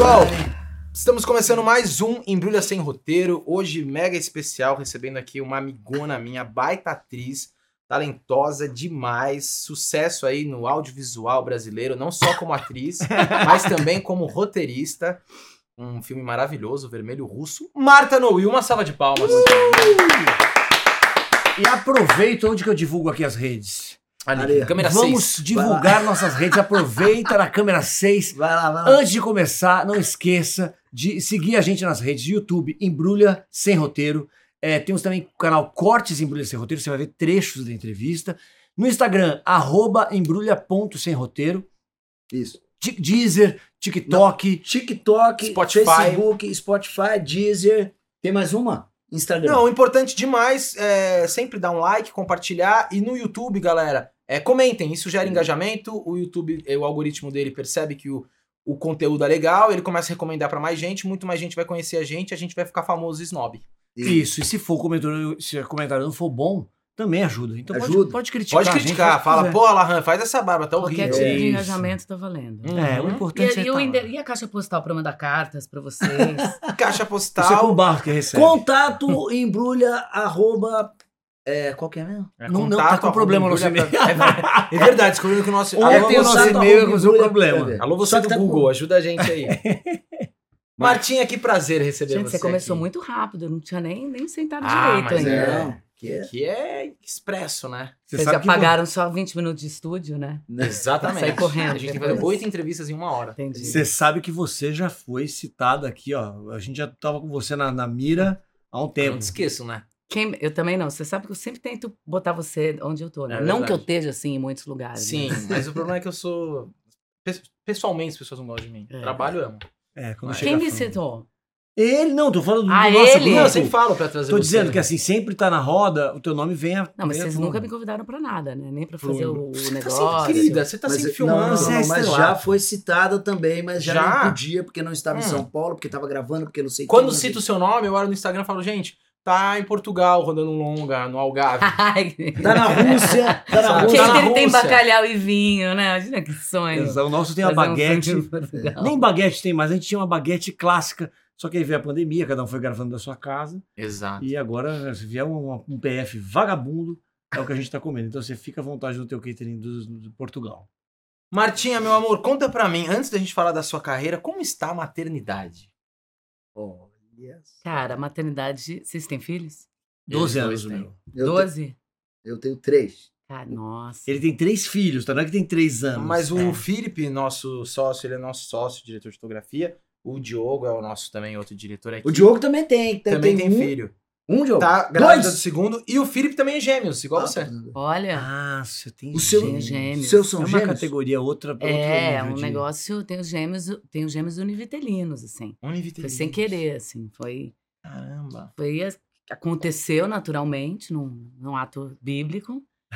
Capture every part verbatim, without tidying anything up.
pessoal, estamos começando mais um Embrulha Sem Roteiro. Hoje mega especial, recebendo aqui uma amigona minha, baita atriz, talentosa demais, sucesso aí no audiovisual brasileiro, não só como atriz, mas também como roteirista. Um filme maravilhoso, Vermelho Russo. Marta Noil, uma salva de palmas. Uh! E aproveita onde que eu divulgo aqui as redes. Ali, Ali. câmera Vamos seis. divulgar nossas redes. Aproveita na câmera seis. Vai lá, vai lá. Antes de começar, não esqueça de seguir a gente nas redes YouTube, Embrulha Sem Roteiro. É, temos também o canal Cortes Embrulha Sem Roteiro. Você vai ver trechos da entrevista. No Instagram, arroba embrulha.semroteiro. Isso. Deezer, TikTok. Não, TikTok, Spotify. Facebook, Spotify, Deezer. Tem mais uma? Instagram. Não, importante demais é sempre dar um like, compartilhar. E no YouTube, galera, é, comentem. Isso gera engajamento. O YouTube, o algoritmo dele percebe que o, o conteúdo é legal. Ele começa a recomendar pra mais gente. Muito mais gente vai conhecer a gente. A gente vai ficar famoso snob. Isso. E se for comentário, se o comentário não for bom, também ajuda. Então Ajuda. Pode, pode criticar. Pode criticar. gente, fala, pô, Alahan, faz essa barba, tá horrível. Qualquer tipo de Isso. engajamento tá valendo. Uhum. É, o E, importante é e, o tá ende- lá. e a caixa postal pra mandar cartas pra vocês? Caixa Você é com o postal. barro que recebe. Contato embrulha, arroba... É, qual que é mesmo? É, Não, não, contato, tá com problema no arroba, e-mail. É, é verdade, descobrindo que o nosso... Ontem Alô, o nosso você, e-mail com o seu problema. Cadê? alô, você Só do que tá Google, com- ajuda a gente aí. Martinha, que prazer receber Gente, você você começou aqui. muito rápido, eu não tinha nem, nem sentado Ah, direito mas ainda. é. Não, que é... Que é expresso, né? Você Vocês sabe já que pagaram só vinte minutos de estúdio, né? Exatamente. Sair correndo A gente tem que depois. fazer oito entrevistas em uma hora. Entendi. Você sabe que você já foi citado aqui, ó. A gente já tava com você na, na mira há um Eu tempo. não te esqueço, né? Quem, eu também não. Você sabe que eu sempre tento botar você onde eu tô, né? É não verdade. que eu esteja assim em muitos lugares. Sim, né? mas o problema é que eu sou... Pe- Pessoalmente, as pessoas não gostam de mim. É. Trabalho, eu amo. É, quando Mas chega Quem me a fama. citou? Ele, não, tô falando do Ah, nosso ele? grupo. Não, eu sempre falo pra trazer Tô você. dizendo que assim, sempre tá na roda, o teu nome vem a... Não, mas vem à vocês tona. nunca me convidaram pra nada, né? Nem pra Pro- fazer o, o Tá sempre, negócio. querida, você tá Mas, sempre não, filmando. não, Você é não, mas estrelado. já foi citada também, mas já, Já? não podia, porque não estava em Hum. São Paulo, porque estava gravando, porque não sei Quando que, cito o seu nome, eu olho no Instagram e falo, gente, tá em Portugal, rodando um longa, no Algarve. Ai, Tá na Rússia, tá na Sabe? que Rússia. Tá na ele tem Rússia. bacalhau e vinho, né? Imagina que sonho. Exato, o nosso tem uma Fazer um baguete. filme em Portugal. Nem baguete tem mais, a gente tinha uma baguete clássica. Só que aí veio a pandemia, cada um foi gravando da sua casa. Exato. E agora, se vier um, um P F vagabundo, é o que a gente tá comendo. Então você fica à vontade no teu catering do, do Portugal. Martinha, meu amor, conta pra mim, antes da gente falar da sua carreira, como está a maternidade? Oh, yes. Cara, maternidade. Vocês têm filhos? doze Eles anos, dois meu. Eu, Doze? te- eu tenho três. Cara, nossa. Ele tem três filhos, tá? Não é que tem três anos. Mas o É. Felipe, nosso sócio, ele é nosso sócio, diretor de fotografia. O Diogo é o nosso também outro diretor aqui. O Diogo também tem. também tem um, filho. Um, Diogo? Tá grávida do Dois? segundo. E o Felipe também é gêmeos, igual Ah, você. Olha. Ah, você tem O seu- gêmeos. gêmeos. Os seus são É uma gêmeos? categoria, outra. outro É, nível um de- negócio. Tem os gêmeos, tem os gêmeos univitelinos, assim. Foi Univitelinos. sem querer, assim. Foi. Caramba. Foi. Aconteceu naturalmente, num, num ato bíblico.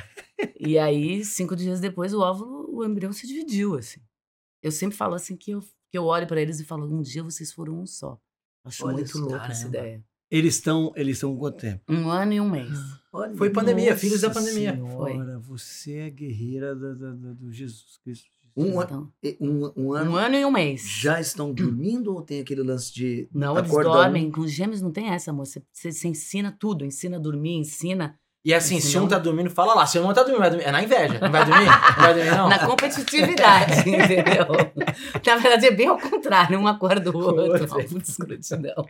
E aí, cinco dias depois, o óvulo, o embrião se dividiu, assim. Eu sempre falo assim que eu, que eu olho pra eles e falo, um dia vocês foram um só. Acho Olha muito só, louca essa caramba. ideia. Eles estão eles estão com quanto tempo? Um ano e um mês. Olha, Foi pandemia, Nossa filhos da pandemia. Senhora, você é guerreira da, da- da- do Jesus Cristo. Um, Então, um, um ano. um ano e um mês. Já estão dormindo ou tem aquele lance de. Não, eles acorda dormem. um- Com gêmeos não tem essa, amor. Você, você, você ensina tudo. Ensina a dormir, ensina. E assim, se Senão- um tá dormindo, fala lá. Se um não tá dormindo, vai dormir. É na inveja. Não vai dormir? Não vai dormir, não? Na competitividade, entendeu? Na verdade, é bem ao contrário. Um acorda o outro. outro. Uma puta escrotidão.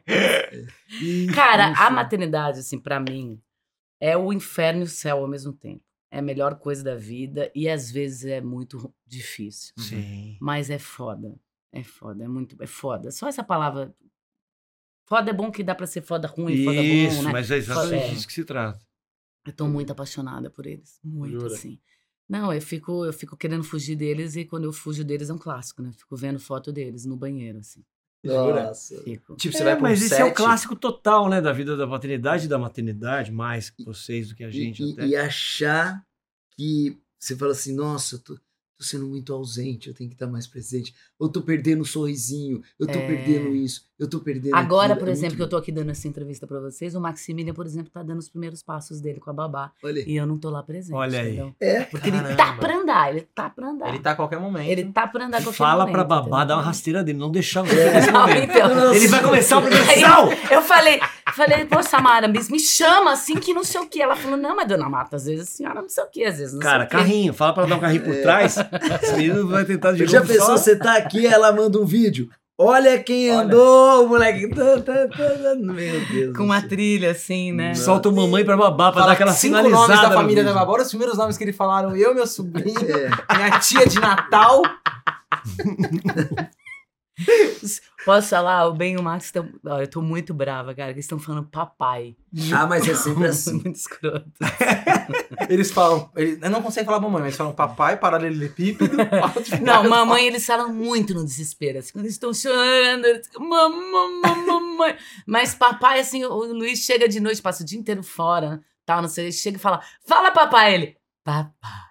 Ih, Cara, puxa. a maternidade, assim, pra mim, é o inferno e o céu ao mesmo tempo. É a melhor coisa da vida e às vezes é muito difícil. Sim. Mas é foda. É foda, é muito. É foda. Só essa palavra. Foda é bom que dá pra ser foda ruim, foda Isso, bom, né? mas é exatamente É. disso que se trata. Eu tô muito apaixonada por eles. Muito, Jura? assim. Não, eu fico, eu fico querendo fugir deles e quando eu fujo deles é um clássico, né? Fico vendo foto deles no banheiro, assim. Nossa. Fico. Tipo, você É, vai pra um mas esse set, é o clássico total, né? Da vida da paternidade e da maternidade, mais que vocês do que a gente E, até. e, e achar que você fala assim, nossa, eu tô, tô sendo muito ausente, eu tenho que estar mais presente. Eu tô perdendo o sorrisinho, eu tô É. perdendo isso, eu tô perdendo Agora, aquilo. por É exemplo, muito que eu tô aqui dando essa entrevista pra vocês, o Maximilian, por exemplo, tá dando os primeiros passos dele com a babá. bom. Olha aí. E eu não tô lá presente. Olha aí. entendeu? É, Porque ele tá Caramba. pra andar, ele tá pra andar. Ele tá a qualquer momento. Ele tá pra andar a qualquer Fala momento, pra babá entendeu? dar uma rasteira dele, não deixar você nesse Não, momento. então, Ele vai começar o primeiro Aí, sal! eu falei, falei, pô, Samara, me, me chama assim que não sei o que. Ela falou, não, mas dona Marta, às vezes a senhora não sei o que, às vezes não Cara, sei o quê. carrinho, fala pra ela dar um carrinho por trás. Esse menino vai tentar de já novo pensou, só. você tá aqui, ela manda um vídeo. Olha quem Olha. andou, o moleque. Tá, tá, tá, tá. Meu Deus. Com do uma céu. trilha assim, né? Solta o mamãe pra babá, pra Fala dar aquela cinco finalizada. nomes da no família da vídeo. babá. Olha os primeiros nomes que ele falaram. Eu, meu sobrinho, É. minha tia de Natal. Posso falar? O Ben e o Max estão. Ó, eu tô muito brava, cara, que eles estão falando papai. Ah, mas é sempre assim. Muito escroto. Eles falam... Eles não conseguem falar mamãe, mas eles falam papai, paralelepípedo. Não, mamãe, eles falam muito no desespero. Assim, quando eles estão chorando, eles ficam, mamãe, mamãe. Mas papai, assim, o Luiz chega de noite, passa o dia inteiro fora, tal, não sei, ele chega e fala, fala papai, ele, papai.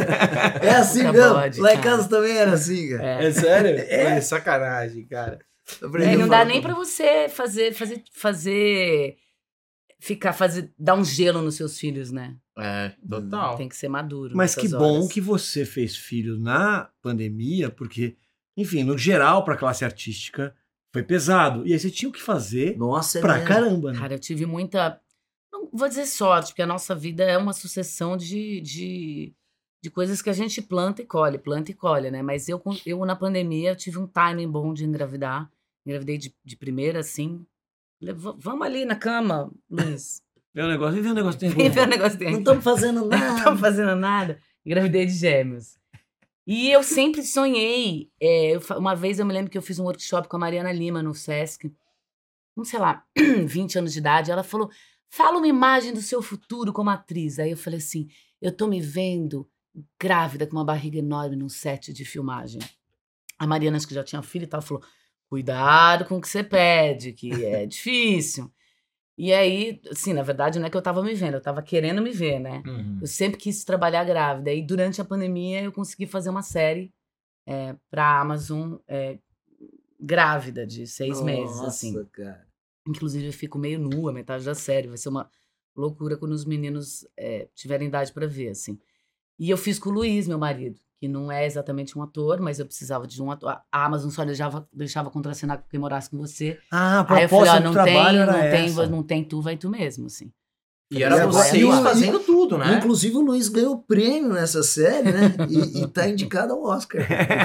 É assim Nunca mesmo. pode, Lá em cara. casa também era assim, cara. É. É sério? É sacanagem, cara. É, não dá nem pra você fazer, fazer, fazer, ficar, fazer, dar um gelo nos seus filhos, né? É, total. Tem que ser maduro. Mas que nessas bom horas. que você fez filho na pandemia, porque, enfim, no geral, pra classe artística, foi pesado. E aí você tinha o que fazer Nossa, é pra mesmo. caramba, né? Cara, eu tive muita. Não vou dizer sorte, porque a nossa vida é uma sucessão de, de, de coisas que a gente planta e colhe, planta e colhe, né? Mas eu, com- eu na pandemia, eu tive um timing bom de engravidar. Engravidei de, de primeira, assim. Falei, "Va- vamos ali na cama, Luiz. Vê o negócio, vem ver o negócio tem Vem ver o negócio dele. Não estamos fazendo Não nada. estava fazendo nada. Engravidei de gêmeos. E eu sempre sonhei. é, eu fa- uma vez eu me lembro que eu fiz um workshop com a Mariana Lima no Sesc. Com, sei lá, vinte anos de idade. Ela falou, fala uma imagem do seu futuro como atriz. Aí eu falei assim, eu tô me vendo grávida com uma barriga enorme num set de filmagem. A Mariana, acho que já tinha filho e tal, falou, cuidado com o que você pede, que é difícil. E aí, assim, na verdade, não é que eu tava me vendo, eu tava querendo me ver, né? Uhum. Eu sempre quis trabalhar grávida. E durante a pandemia eu consegui fazer uma série é, pra Amazon é, grávida, de seis meses, assim. Nossa, cara. Inclusive eu fico meio nua, metade da série. Vai ser uma loucura quando os meninos é, tiverem idade pra ver, assim. E eu fiz com o Luiz, meu marido, que não é exatamente um ator, mas eu precisava de um ator. A Amazon só deixava, deixava contracenar com quem morasse com você. Ah, a Aí eu proposta falei, ó, do não trabalho tem, era não tem, essa. não tem tu, vai tu mesmo, assim. E era E agora- vocês e o- fazendo tudo, né? Inclusive o Luiz ganhou prêmio nessa série, né? E, e tá indicado ao Oscar.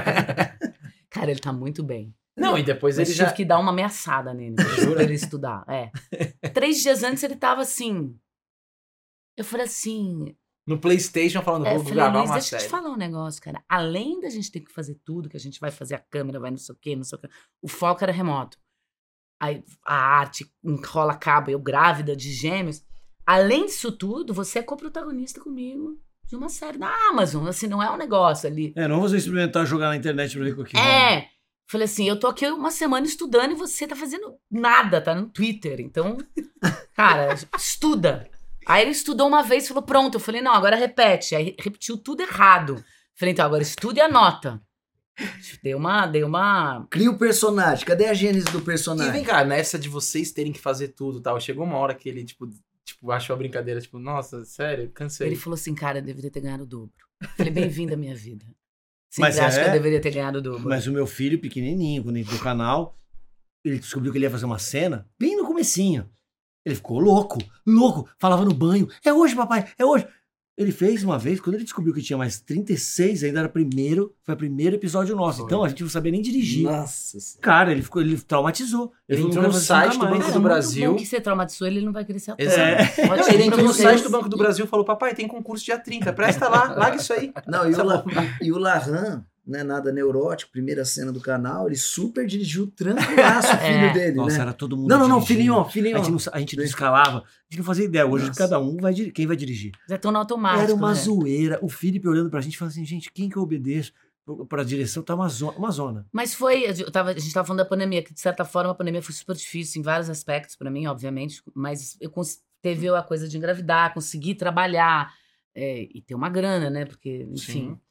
Cara, ele tá muito bem. Não, e depois Mas ele tive já... que dar uma ameaçada nele pra Jura? ele estudar. É. Três dias antes ele tava assim. Eu falei assim. No PlayStation falando, É, eu vou falei, gravar Luiz, uma deixa eu série. te falar um negócio, cara. Além da gente ter que fazer tudo, que a gente vai fazer a câmera, vai não sei o quê, não sei o quê. O foco era remoto. Aí a arte enrola cabo, eu grávida de gêmeos. Além disso tudo, você é coprotagonista comigo de uma série da Amazon. Assim, não é um negócio ali. É, não vou experimentar jogar na internet pra ver o que rola. É. Falei assim, eu tô aqui uma semana estudando e você tá fazendo nada, tá no Twitter. Então, cara, estuda. Aí ele estudou uma vez e falou, pronto. Eu falei, não, agora repete. Aí repetiu tudo errado. Falei, então, agora estuda e anota. Deu uma, deu uma... Cria o personagem. Cadê a gênese do E vem personagem? cá, nessa de vocês terem que fazer tudo e tal, chegou uma hora que ele, tipo, tipo, achou a brincadeira, tipo, nossa, sério, cansei. Ele falou assim, cara, eu deveria ter ganhado o dobro. Falei, bem-vindo à minha vida. Sempre Mas acho é- que eu deveria ter ganhado o dobro. Mas o meu filho, pequenininho, quando entrou no canal, ele descobriu que ele ia fazer uma cena bem no comecinho. Ele ficou louco, louco, falava no banho, é hoje, papai, é hoje. Ele fez uma vez, quando ele descobriu que tinha mais trinta e seis, ainda era primeiro, foi o primeiro episódio nosso. Foi. Então a gente não sabia nem dirigir. Nossa Senhora. Cara, ele ficou, ele traumatizou. Ele falou, entrou "Não no quero fazer site nunca do mais." Banco Cara, do é muito Brasil. bom que você traumatizou ele, ele não vai querer ser ator. Exato. Ótimo Não, ele pra entrou no vocês. site do Banco do Brasil e falou, papai, tem concurso dia trinta, presta lá, larga isso aí. Não, e o, La, e o Larran, né, nada neurótico, primeira cena do canal, ele super dirigiu tranquilaço o filho É. dele, Nossa, né? era todo mundo Não, não, não, dirigindo. filhinho, A filhinho. gente não, a gente não escalava, a gente não fazia ideia. Hoje Nossa. cada um vai dirigir. Quem vai dirigir? Já estão no automático. Era uma né? zoeira. O Felipe olhando pra gente e falando assim, gente, quem que eu obedeço pra direção? Tá uma zona. Uma zona. Mas foi, eu tava, a gente tava falando da pandemia, que de certa forma a pandemia foi super difícil em vários aspectos pra mim, obviamente, mas eu cons- teve a coisa de engravidar, conseguir trabalhar é, e ter uma grana, né? Porque, enfim. Sim.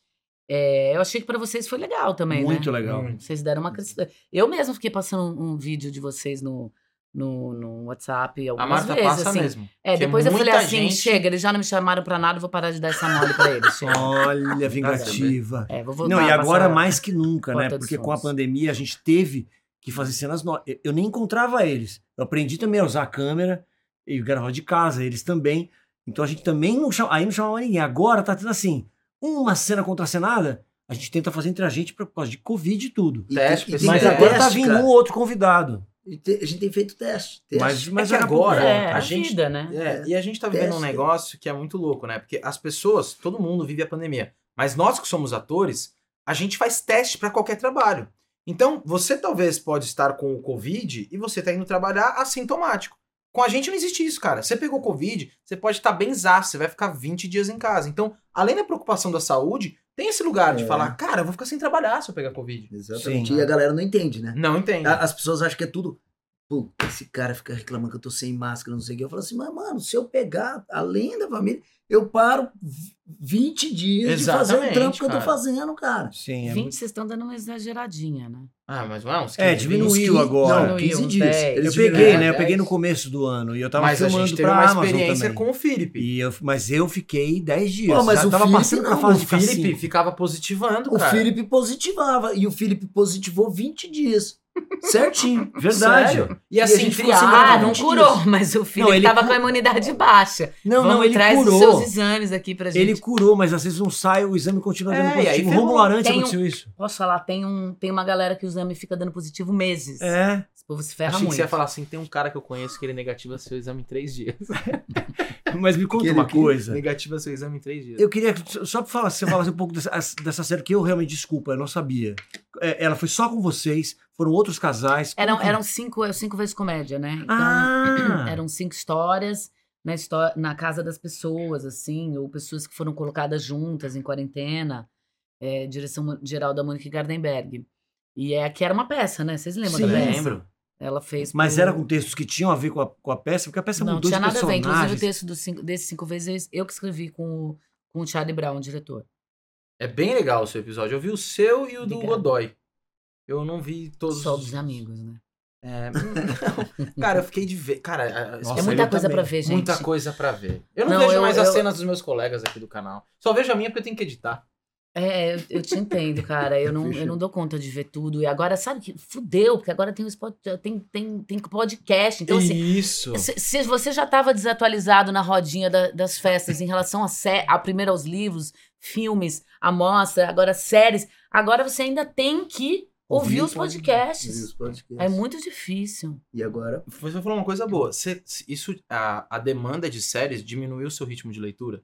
É, eu achei que pra vocês foi legal também, Muito né? legal. Muito. Vocês deram uma crescida. Eu mesmo fiquei passando um, um vídeo de vocês no, no, no WhatsApp A algumas Marta vezes, passa assim. mesmo. É, Porque depois eu falei muita assim, gente- chega, eles já não me chamaram pra nada, eu vou parar de dar essa mole pra eles. chega. Olha, vingativa. É, vou voltar Não, e a agora passar- mais que nunca, né? Porta dos Porque com a Fundos. pandemia a gente teve que fazer cenas novas. Eu- Eu nem encontrava eles. Eu aprendi também a usar a câmera e gravar de casa, eles também. Então a gente também não chama, aí não chamava ninguém. Agora tá tendo assim, uma cena contracenada, a gente tenta fazer entre a gente por causa de Covid e tudo. E Teste, tem- e tem Mas que ter agora tá teste, vindo cara. um outro convidado. E te- A gente tem feito teste. teste. Mas, mas que daqui a pouco agora- volta. É, a a gente- vida, né? É, e a gente tá vivendo um Teste. negócio que é muito louco, né? Porque as pessoas, todo mundo vive a pandemia. Mas nós que somos atores, a gente faz teste pra qualquer trabalho. Então, você talvez pode estar com o Covid e você tá indo trabalhar assintomático. Com a gente não existe isso, cara. Você pegou Covid, você pode estar benzaço, você vai ficar vinte dias em casa. Então, além da preocupação da saúde, tem esse lugar de É. falar, cara, eu vou ficar sem trabalhar se eu pegar Covid. Exatamente. Sim. E a galera não entende, né? Não entende. A- As pessoas acham que é tudo. Pô, esse cara fica reclamando que eu tô sem máscara, não sei o quê. Eu falo assim, mas, mano, se eu pegar, além da família, eu paro vinte dias de fazer o Exatamente, trampo que eu tô cara. fazendo, cara. Sim, é vinte, muito- vocês estão dando uma exageradinha, né? Ah, mas não é uns É, quinze, diminuiu vinte. Uns agora. Não, Diminuiu quinze uns dias. dez. Eu Eles peguei, diminuíram. né? Eu dez. peguei no começo do ano e eu tava Mas a filmando gente teve pra uma Amazon experiência também. com o Felipe. E eu, mas eu fiquei dez dias. Pô, mas Já o tava Felipe passando pra não, fase O de ficar Felipe cinco. ficava positivando, O cara. Felipe positivava. E o Felipe positivou vinte dias. Certinho. Verdade. Sério? E E a assim, gente ficou triagem, sem gravar Ah, não vinte curou, dias. mas o filho Não, ele tava cu- com a imunidade baixa. Não, Vamos não, ele traz curou. os seus exames aqui pra gente. Ele curou, mas às vezes não sai, o exame continua dando É, e aí positivo. O ferrou. Romulo Arantes Tem um- aconteceu isso. Posso falar, tem, um, tem uma galera que o exame fica dando positivo meses. É. Esse povo se ferra Achei que muito. você ia falar assim, tem um cara que eu conheço que ele negativa seu exame em três dias. Mas me conta Que ele- uma que- coisa. negativa seu exame em três dias. Eu queria, que- só pra falar, você falasse um pouco dessa, dessa série que eu realmente, desculpa, eu não sabia. É, ela foi só com vocês, foram outros casais. como Eram, que- eram cinco, cinco vezes comédia, né? Então, Ah! eram cinco histórias na, histó- na casa das pessoas, assim, ou pessoas que foram colocadas juntas em quarentena. É, direção mo- geral da Monique Gardenberg. E é que era uma peça, né? Vocês lembram Sim, da peça? lembro. Ela fez. Mas pro- era com textos que tinham a ver com a, com a peça, porque a peça Não, mudou tinha de nada a ver. personagens. Inclusive, o texto dos cinco, desses cinco vezes eu que escrevi com, o- com o Charlie Brown, o diretor. É bem legal o seu episódio. Eu vi o seu e o do Obrigada. Godoy. Eu não vi todos. Só os- dos amigos, né? É, não. Cara, eu fiquei de ver. Cara, a- Nossa, é muita eu coisa também. pra ver, gente. muita coisa pra ver. Eu não, Não, vejo eu- mais as eu- cenas dos meus colegas aqui do canal. Só vejo a minha porque eu tenho que editar. É, eu, eu te entendo, cara. Eu não, eu não dou conta de ver tudo. E agora, sabe que fudeu, porque agora tem, o spot, tem, tem, tem podcast. Então, assim, Isso. se, se você já estava desatualizado na rodinha da- das festas em relação a, sé, a primeiro aos livros, filmes, a mostra, agora séries, agora você ainda tem que ouvir, Ouvir os o pod- podcasts. Os podcasts. É muito difícil. E agora? Você falou uma coisa boa. Você- isso, a, a demanda de séries diminuiu o seu ritmo de leitura?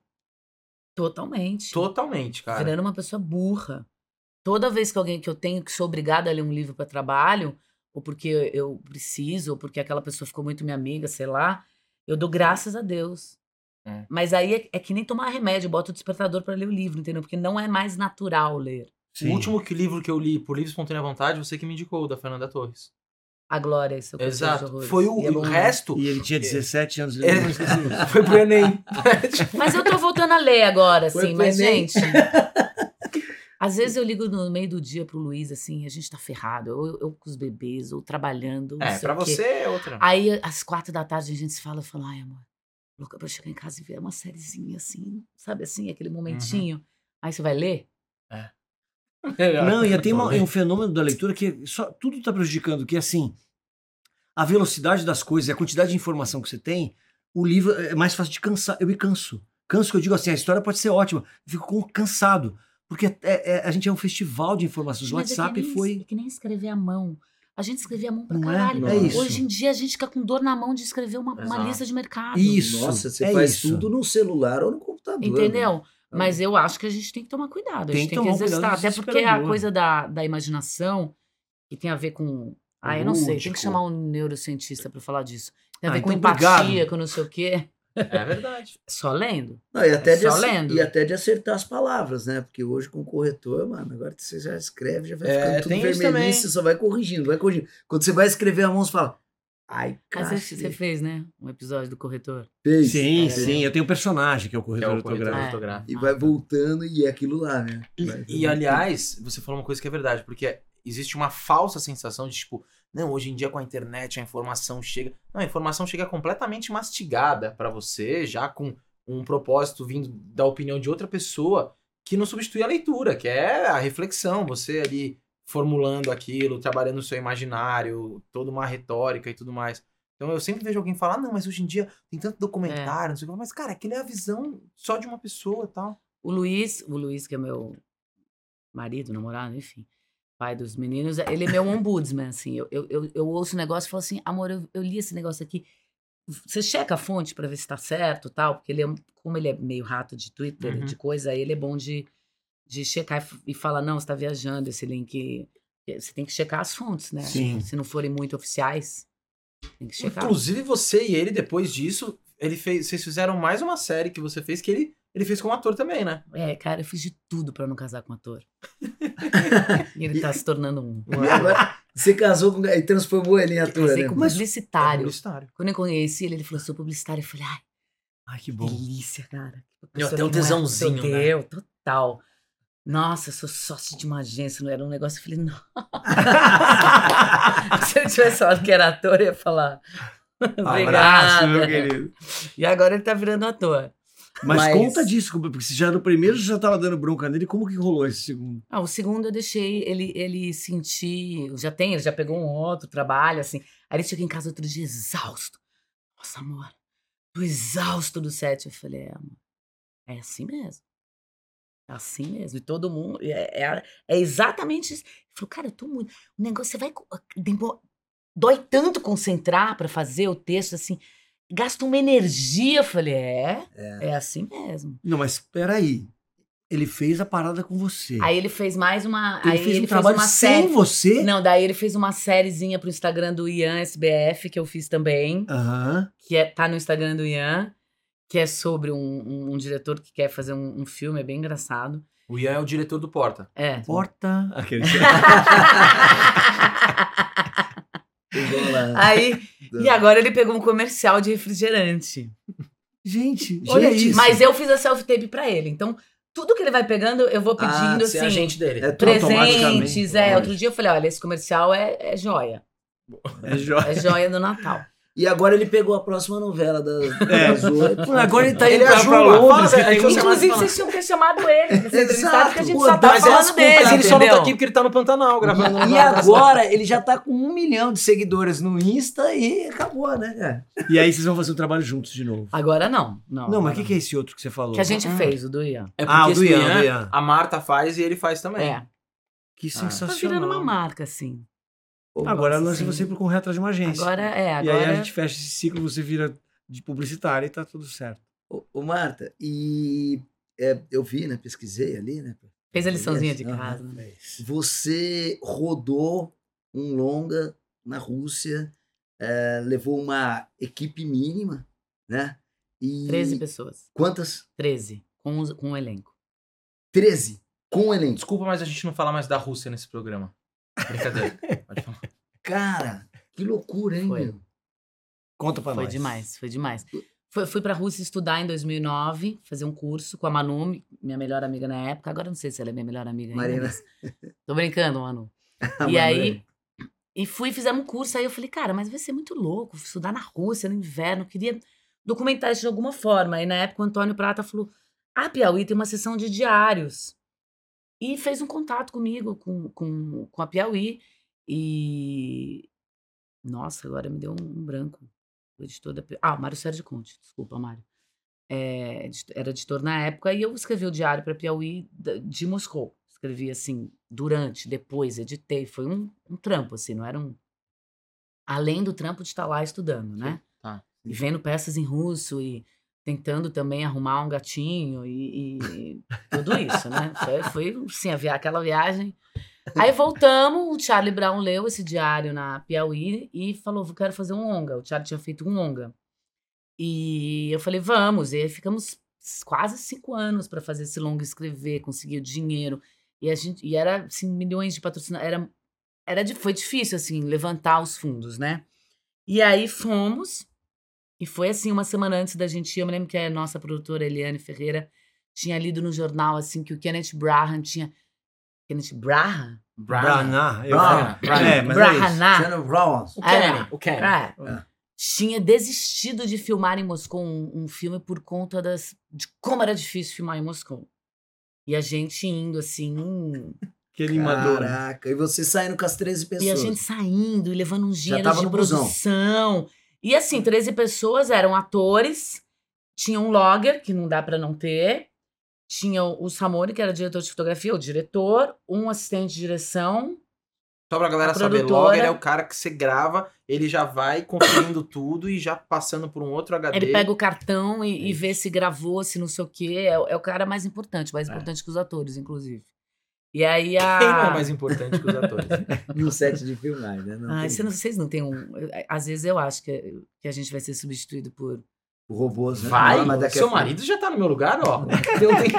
Totalmente. Totalmente, cara. Virando uma pessoa burra. Toda vez que alguém que eu tenho que sou obrigada a ler um livro para trabalho, ou porque eu preciso, ou porque aquela pessoa ficou muito minha amiga, sei lá, eu dou graças a Deus. É. Mas aí é, é que nem tomar remédio, bota o despertador para ler o livro, entendeu? Porque não é mais natural ler. Sim. O último que, livro que eu li por livre e espontânea vontade, você que me indicou, o da Fernanda Torres. A Glória, isso. Exato. Foi o, E é o bom, né? resto. E ele tinha dezessete anos. É. Eu não esqueci isso. Foi pro Enem. Mas eu tô voltando a ler agora, Foi assim. pro Mas, Enem. gente, às vezes eu ligo no meio do dia pro Luiz, assim, a gente tá ferrado. Ou eu, eu com os bebês, ou trabalhando. não É, sei pra o quê. você é outra. Aí, às quatro da tarde, a gente se fala, eu falo, ai, amor, louca pra chegar em casa e ver uma sériezinha, assim, sabe assim, aquele momentinho. Aí você vai ler? Não, e tem uma- um fenômeno da leitura que só, tudo está prejudicando, que é assim, a velocidade das coisas, a quantidade de informação que você tem, o livro é mais fácil de cansar. Eu me canso. Canso que eu digo assim, a história pode ser ótima, eu fico com- cansado, porque é- é- a gente é um festival de informações. O Mas é que WhatsApp nem- foi... É que nem escrever à mão. A gente escrevia à mão pra Não é? caralho. É isso. Hoje em dia a gente fica com dor na mão de escrever uma, uma Exato. lista de mercado. Isso, Nossa, você é faz isso. tudo no celular ou no computador. Entendeu? né? Mas eu acho que a gente tem que tomar cuidado. A Tem gente que tem que tomar um exercitar. cuidado Até porque a desesperador. coisa da, da imaginação, que tem a ver com. Ah, eu não sei. Tem Lúdico. que chamar um neurocientista pra falar disso. Tem a Ah, ver com então empatia, obrigado. com não sei o quê. É verdade. Só lendo. Não, e, até É de só ace- lendo. e até de acertar as palavras, né? Porque hoje com o corretor, mano, agora você já escreve, já vai É, ficando tudo tem isso vermelhinho, também. você só vai corrigindo, vai corrigindo. Quando você vai escrever a mão, você fala, Ai, Mas cara. você, você fez, né? Um episódio do Corretor. Fez. Sim, É. sim. Eu tenho um personagem que é o Que é corredor o corretor ortográfico. É. fotográfico. E vai voltando e é aquilo lá, né? E, Vai- e, aliás, você falou uma coisa que é verdade, porque existe uma falsa sensação de tipo, não, hoje em dia com a internet a informação chega. Não, a informação chega completamente mastigada pra você, já com um propósito vindo da opinião de outra pessoa, que não substitui a leitura, que é a reflexão, você ali formulando aquilo, trabalhando o seu imaginário, toda uma retórica e tudo mais. Então eu sempre vejo alguém falar, não, mas hoje em dia tem tanto documentário, não sei o que, mas cara, aquilo é a visão só de uma pessoa e tal. O Luiz, o Luiz, que é meu marido, namorado, enfim, pai dos meninos, ele é meu ombudsman, assim. Eu, eu, eu, eu ouço o negócio e falo assim, amor, eu, eu li esse negócio aqui. Você checa a fonte pra ver se tá certo e tal, porque ele é, um- como ele é meio rato de Twitter, Uhum. de coisa, aí ele é bom de, de checar e f- e falar, não, você tá viajando, esse link... Você tem que checar as fontes, né? Sim. Se não forem muito oficiais, tem que checar. Inclusive você e ele, depois disso, ele fez, vocês fizeram mais uma série que você fez, que ele, ele fez como ator também, né? É, cara, eu fiz de tudo pra não casar com ator. E ele tá se tornando um. E agora, você casou com e transformou ele em ator, Casei né? com Mas É publicitário. publicitário. Quando eu conheci ele, ele falou, sou publicitário. Eu falei, ai, Ai, que que bom. delícia, cara. Deu Pessoa até um que não é- tesãozinho, né? Deu, total. Nossa, eu sou sócio de uma agência, não era um negócio. Eu falei, não. Se eu tivesse falado que era ator, eu ia falar. Abraço, meu Obrigada. querido. E agora ele tá virando ator. Mas, Mas- conta disso, porque se já no primeiro você já tava dando bronca nele, como que rolou esse segundo? Ah, o segundo eu deixei ele, ele sentir. Já tem, ele já pegou um outro trabalho, assim. Aí ele chegou em casa outro dia exausto. Nossa, amor, tô exausto do set. Eu falei, é, amor, é assim mesmo. É assim mesmo. E todo mundo. É, é, é exatamente isso. Ele falou, cara, eu tô muito. O negócio, você vai. co- demora- Dói tanto concentrar pra fazer o texto, assim. Gasta uma energia. Eu falei, é, é, assim mesmo. Não, mas peraí. Ele fez a parada com você. Aí ele fez mais uma. ele aí fez ele um trabalho uma sem série. você? Não, daí ele fez uma sériezinha pro Instagram do Ian S B F, que eu fiz também, Aham. que é, tá no Instagram do Ian, que é sobre um, um, um diretor que quer fazer um, um filme, é bem engraçado. O Ian é o diretor do Porta. É. Porta. Aquele... pegou lá. Aí, e agora ele pegou um comercial de refrigerante. Gente, Olha gente. isso. Mas eu fiz a self-tape pra ele, então tudo que ele vai pegando, eu vou pedindo, Você é assim, agente dele. É presentes. automaticamente. É, outro dia eu falei, olha, esse comercial é, é joia. É joia. É joia do Natal. E agora ele pegou a próxima novela da, das oito. Agora ele tá Ele indo pra, ajuda, pra Londres. fala, que tem então um- você Inclusive, vai vocês tinham que ter chamado ele pra ser entrevistado, porque a gente Exato. só tá Pô, dá- falando Mas dele, ele só não tá entendeu? aqui porque ele tá no Pantanal gravando. E agora ele já tá com um milhão de seguidores no Insta e acabou, né, cara? E aí vocês vão fazer um trabalho juntos de novo. Agora não. Não, Não, mas o agora que, que é esse outro que você falou? Que a gente fez, o do Ian. É Ah, porque o do esse Ian, do Ian. a Marta faz e ele faz também. É. Que Ah. Tá sensacional. virando uma marca, assim. Pô, Agora nossa, nós sim. você correr atrás de uma agência. Agora, é, E agora... aí a gente fecha esse ciclo, você vira de publicitário e tá tudo certo. Ô, ô, Marta, e é, eu vi, né? Pesquisei ali, né? Fez a liçãozinha de Aham. casa, né? Você rodou um longa na Rússia, é, levou uma equipe mínima, né? E treze pessoas. quantas? treze. Com, os- com o elenco. treze. Com o elenco. Desculpa, mas a gente não fala mais da Rússia nesse programa. Brincadeira. Pode falar. Cara, que loucura, hein, Foi. meu? Conta pra Foi nós. demais, foi demais. Fui, fui pra Rússia estudar em dois mil e nove, fazer um curso com a Manu, minha melhor amiga na época. Agora não sei se ela é minha melhor amiga ainda. Marina. mas- Tô brincando, Manu. A E Manu aí, e fui e fizemos um curso. Aí eu falei, cara, mas vai ser muito louco estudar na Rússia, no inverno. Eu queria documentar isso de alguma forma. Aí na época o Antônio Prata falou, ah, Piauí tem uma sessão de diários. E fez um contato comigo, com, com, com a Piauí. E... Nossa, agora me deu um branco. O editor da Piauí. Ah, o Mário Sérgio Conte. Desculpa, Mário. É, edit- era editor na época. E eu escrevi o diário para Piauí da- de Moscou. Escrevi assim, durante, depois, editei. Foi um, um trampo, assim, não era um... Além do trampo de estar lá estudando, né? Tá. E vendo peças em russo e tentando também arrumar um gatinho e, e tudo isso, né? Foi, foi sim, a via- aquela viagem. Aí voltamos, o Charlie Brown leu esse diário na Piauí e falou, eu quero fazer um longa. O Charlie tinha feito um longa. E eu falei, vamos. E aí ficamos quase cinco anos para fazer esse longa, escrever, conseguir o dinheiro. E, a gente, e era, assim, milhões de patrocinadores. Era, era, di- foi difícil, assim, levantar os fundos, né? E aí fomos, e foi assim, uma semana antes da gente ir, eu me lembro que a nossa produtora Eliane Ferreira tinha lido no jornal, assim, que o Kenneth Branagh tinha... Kenneth Branagh? Branagh. eu- Branagh. É, mas é isso. Branagh. Shannon Rollins. O Kenny, Ah, o Kenny. É. É. Tinha desistido de filmar em Moscou um, um filme por conta das, de como era difícil filmar em Moscou. E a gente indo assim, Que animador. Caraca, e você saindo com as treze pessoas. e a gente saindo e levando uns dinheiros tava de no busão. produção. E assim, treze pessoas eram atores, tinha um logger, que não dá pra não ter, tinha o Samori, que era diretor de fotografia, o diretor, um assistente de direção. Só pra galera A saber, produtora- logger é o cara que você grava, ele já vai conferindo tudo e já passando por um outro H D. Ele pega o cartão e, e Isso. vê se gravou, se não sei o quê. É, o- é o cara mais importante, mais importante que os atores, inclusive. E aí a... Quem não é mais importante que os atores? No set de filmagem, né? Não Ai, tem- você não- vocês não têm um... eu- Às vezes eu acho que, que a gente vai ser substituído por... O robôs, né? Vai? Não, mas daqui a Seu pouco- marido já tá no meu lugar, ó. Deu tempo.